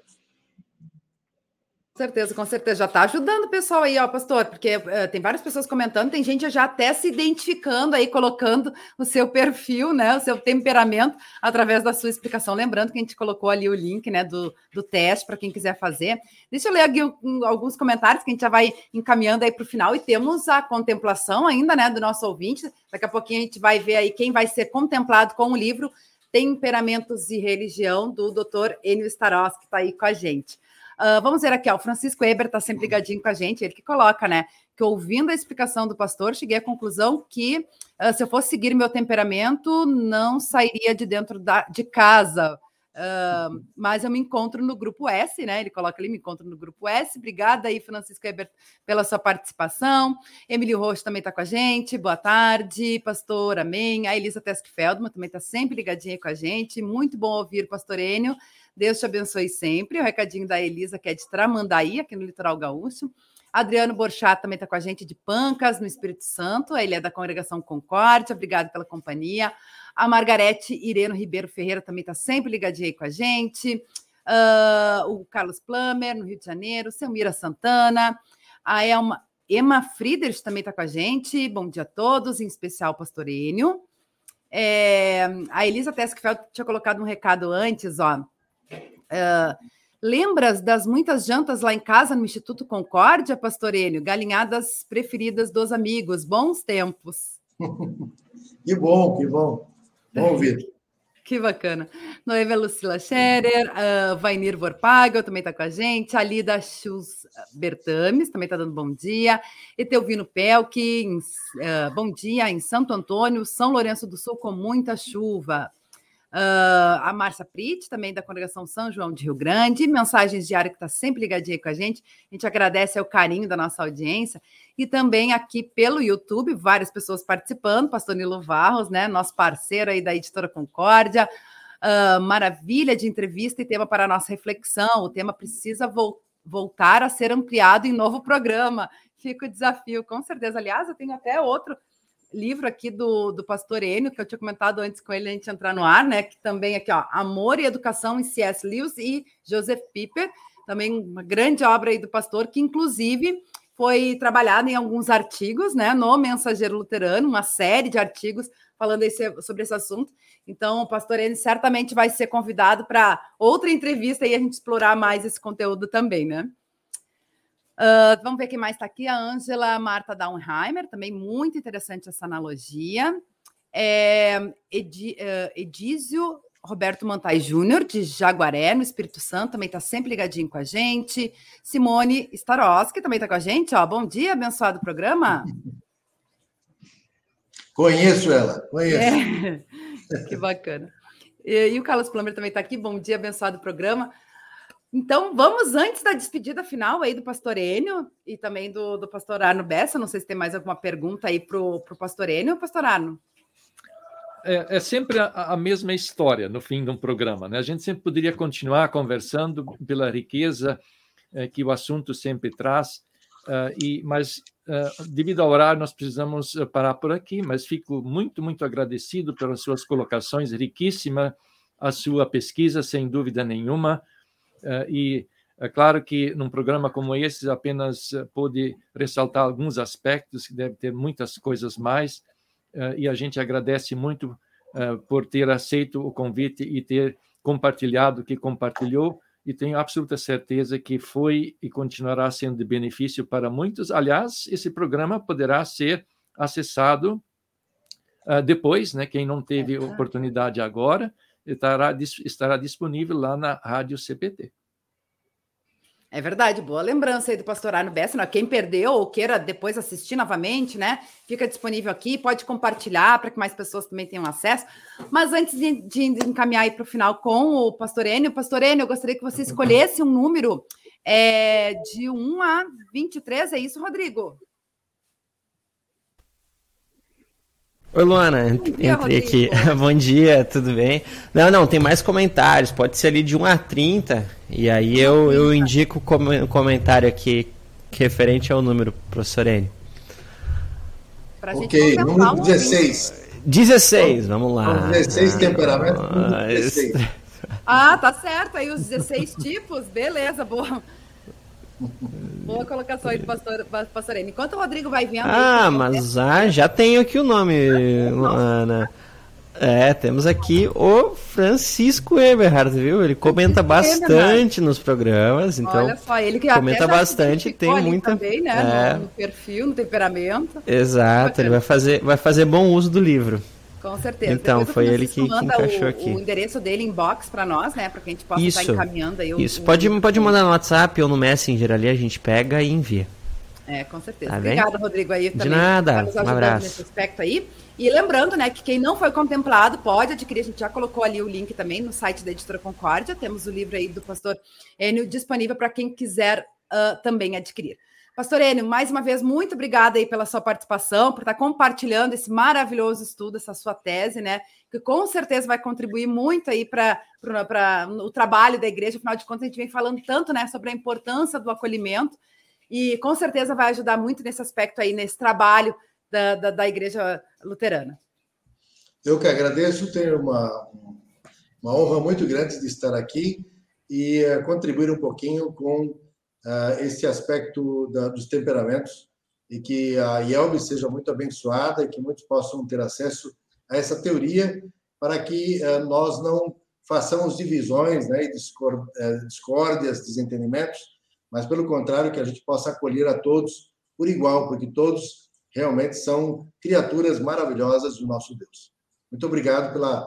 Com certeza, com certeza. Já está ajudando o pessoal aí, ó, pastor, porque uh, tem várias pessoas comentando, tem gente já até se identificando aí, colocando o seu perfil, né, o seu temperamento, através da sua explicação. Lembrando que a gente colocou ali o link, né, do, do teste, para quem quiser fazer. Deixa eu ler aqui um, alguns comentários, que a gente já vai encaminhando aí para o final, e temos a contemplação ainda, né, do nosso ouvinte. Daqui a pouquinho a gente vai ver aí quem vai ser contemplado com o livro Temperamentos e Religião, do doutor Enio Starost, que está aí com a gente. Uh, vamos ver aqui, ó, o Francisco Eber está sempre ligadinho com a gente, ele que coloca, né, que ouvindo a explicação do pastor, cheguei à conclusão que uh, se eu fosse seguir meu temperamento, não sairia de dentro da, de casa, uh, mas eu me encontro no grupo S, né, ele coloca ali, me encontro no grupo S. Obrigada aí, Francisco Eber, pela sua participação. Emílio Rocha também está com a gente, boa tarde, pastor, amém. A Elisa Tesk-Feldman também está sempre ligadinha com a gente, muito bom ouvir o pastor Enio. Deus te abençoe sempre. O recadinho da Elisa, que é de Tramandaí, aqui no Litoral Gaúcho. Adriano Borchat também está com a gente de Pancas, no Espírito Santo. Ele é da Congregação Concórdia. Obrigado pela companhia. A Margarete Ireno Ribeiro Ferreira também está sempre ligadinha aí com a gente. Uh, o Carlos Plummer, no Rio de Janeiro. Selmira Santana. A Elma, Emma Friedrich também está com a gente. Bom dia a todos, em especial o pastor Enio. É, a Elisa Teskfeld tinha colocado um recado antes, ó. Uh, lembras das muitas jantas lá em casa no Instituto Concórdia, pastor Enio? Galinhadas preferidas dos amigos, bons tempos. Que bom, que bom. Bom ouvir. Que bacana. Noêmia Lucila Scherer, uh, Vainir Vorpagel também está com a gente, a Lida Schulz Bertames também está dando bom dia, Etelvino Pelk, uh, bom dia, em Santo Antônio, São Lourenço do Sul com muita chuva. Uh, a Márcia Prit, também da Congregação São João de Rio Grande, mensagens diárias que está sempre ligadinha com a gente, a gente agradece o carinho da nossa audiência, e também aqui pelo YouTube, várias pessoas participando, pastor Nilo Varros, né, nosso parceiro aí da Editora Concórdia, uh, maravilha de entrevista e tema para a nossa reflexão, o tema precisa vo- voltar a ser ampliado em novo programa, fica o desafio, com certeza, aliás, eu tenho até outro livro aqui do, do pastor Enio, que eu tinha comentado antes com ele, a gente entrar no ar, né? Que também aqui, ó, Amor e Educação em C S Lewis e Joseph Piper, também uma grande obra aí do pastor, que inclusive foi trabalhada em alguns artigos, né? No Mensageiro Luterano, uma série de artigos falando esse, sobre esse assunto. Então, o pastor Enio certamente vai ser convidado para outra entrevista e a gente explorar mais esse conteúdo também, né? Uh, vamos ver quem mais está aqui. A Ângela Marta Daunheimer, também muito interessante essa analogia. É, Edi, uh, Edísio Roberto Mantai Júnior, de Jaguaré, no Espírito Santo, também está sempre ligadinho com a gente. Simone Starowski também está com a gente. Ó, bom dia, abençoado programa. Conheço ela, conheço. É, que bacana. E, e o Carlos Plummer também está aqui. Bom dia, abençoado programa. Então, vamos antes da despedida final aí do pastor Enio e também do, do pastor Arno Bessa. Não sei se tem mais alguma pergunta aí para o pastor Enio ou pastor Arno. É, é sempre a, a mesma história no fim de um programa, né? A gente sempre poderia continuar conversando pela riqueza é, que o assunto sempre traz, uh, e, mas uh, devido ao horário nós precisamos parar por aqui, mas fico muito, muito agradecido pelas suas colocações, riquíssima a sua pesquisa, sem dúvida nenhuma. Uh, e é claro que num programa como esse apenas uh, pôde ressaltar alguns aspectos, que deve ter muitas coisas mais, uh, e a gente agradece muito uh, por ter aceito o convite e ter compartilhado o que compartilhou, e tenho absoluta certeza que foi e continuará sendo de benefício para muitos. Aliás, esse programa poderá ser acessado uh, depois, né? Quem não teve oportunidade agora, Estará, estará disponível lá na Rádio C P T. É verdade, boa lembrança aí do pastor Arno Bessa. Quem perdeu ou queira depois assistir novamente, né? Fica disponível aqui, pode compartilhar para que mais pessoas também tenham acesso. Mas antes de, de encaminhar aí para o final com o pastor Enio, pastor Enio, eu gostaria que você escolhesse um número é, de um a vinte e três, é isso, Rodrigo? Oi, Luana, entrei aqui. Bom dia, tudo bem? Não, não, tem mais comentários, pode ser ali de um a trinta, e aí eu, eu indico o comentário aqui referente ao número, professor Enio. Ok, número dezesseis. dezesseis, vamos lá. dezesseis temperamentos, dezesseis. Ah, tá certo, aí os dezesseis tipos, beleza, boa. Boa colocação aí do pastor, pastor Enio. Enquanto o Rodrigo vai vendo... Ah, mas ah, já tenho aqui o nome, Luana. É, temos aqui o Francisco Eberhard, viu? Ele comenta bastante nos programas, então... Olha só, ele que comenta bastante, tem muita... também, né? É. No, no perfil, no temperamento. Exato, ele vai fazer, vai fazer bom uso do livro. Com certeza. Então, foi ele que, que encaixou o, aqui. O endereço dele inbox para nós, né? Para que a gente possa isso, estar encaminhando aí o... Isso, pode, o... pode mandar no WhatsApp ou no Messenger ali, a gente pega e envia. É, com certeza. Tá Obrigada, Rodrigo, aí também. De nada, nos ajudando um abraço. Nesse aspecto aí. E lembrando, né, que quem não foi contemplado pode adquirir, a gente já colocou ali o link também no site da Editora Concórdia, temos o livro aí do pastor Enio disponível para quem quiser uh, também adquirir. Pastor Enio, mais uma vez, muito obrigada aí pela sua participação, por estar compartilhando esse maravilhoso estudo, essa sua tese, né? Que com certeza vai contribuir muito aí para o trabalho da igreja. Afinal de contas, a gente vem falando tanto, né, sobre a importância do acolhimento e com certeza vai ajudar muito nesse aspecto aí, nesse trabalho da, da, da igreja luterana. Eu que agradeço, tenho uma, uma honra muito grande de estar aqui e uh, contribuir um pouquinho com Uh, esse aspecto da, dos temperamentos e que a I E L B seja muito abençoada e que muitos possam ter acesso a essa teoria para que uh, nós não façamos divisões, né, e discord, uh, discórdias, desentendimentos, mas, pelo contrário, que a gente possa acolher a todos por igual, porque todos realmente são criaturas maravilhosas do nosso Deus. Muito obrigado pela,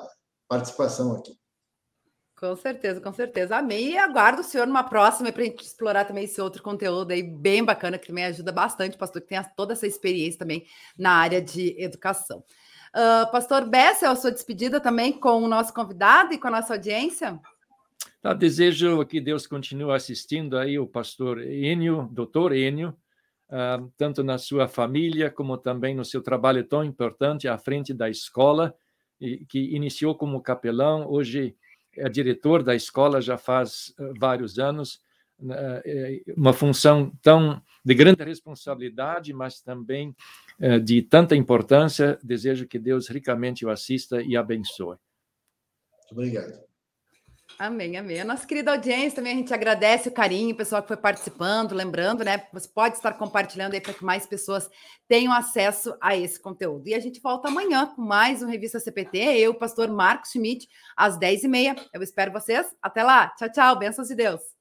participação aqui. Com certeza, com certeza. Amei e aguardo o senhor numa próxima para a gente explorar também esse outro conteúdo aí bem bacana, que também ajuda bastante, pastor, que tem toda essa experiência também na área de educação. Uh, pastor Bessel, a sua despedida também com o nosso convidado e com a nossa audiência? Tá, desejo que Deus continue assistindo aí o pastor Enio, doutor Enio, uh, tanto na sua família como também no seu trabalho tão importante à frente da escola, e, que iniciou como capelão, hoje é diretor da escola já faz uh, vários anos, uh, uma função tão de grande responsabilidade, mas também uh, de tanta importância. Desejo que Deus ricamente o assista e abençoe. Muito obrigado. Amém, amém. A nossa querida audiência também, a gente agradece o carinho, o pessoal que foi participando, lembrando, né? Você pode estar compartilhando aí para que mais pessoas tenham acesso a esse conteúdo. E a gente volta amanhã com mais um Revista C P T, eu, o pastor Marcos Schmidt, às dez e meia. Eu espero vocês. Até lá. Tchau, tchau. Bênçãos de Deus.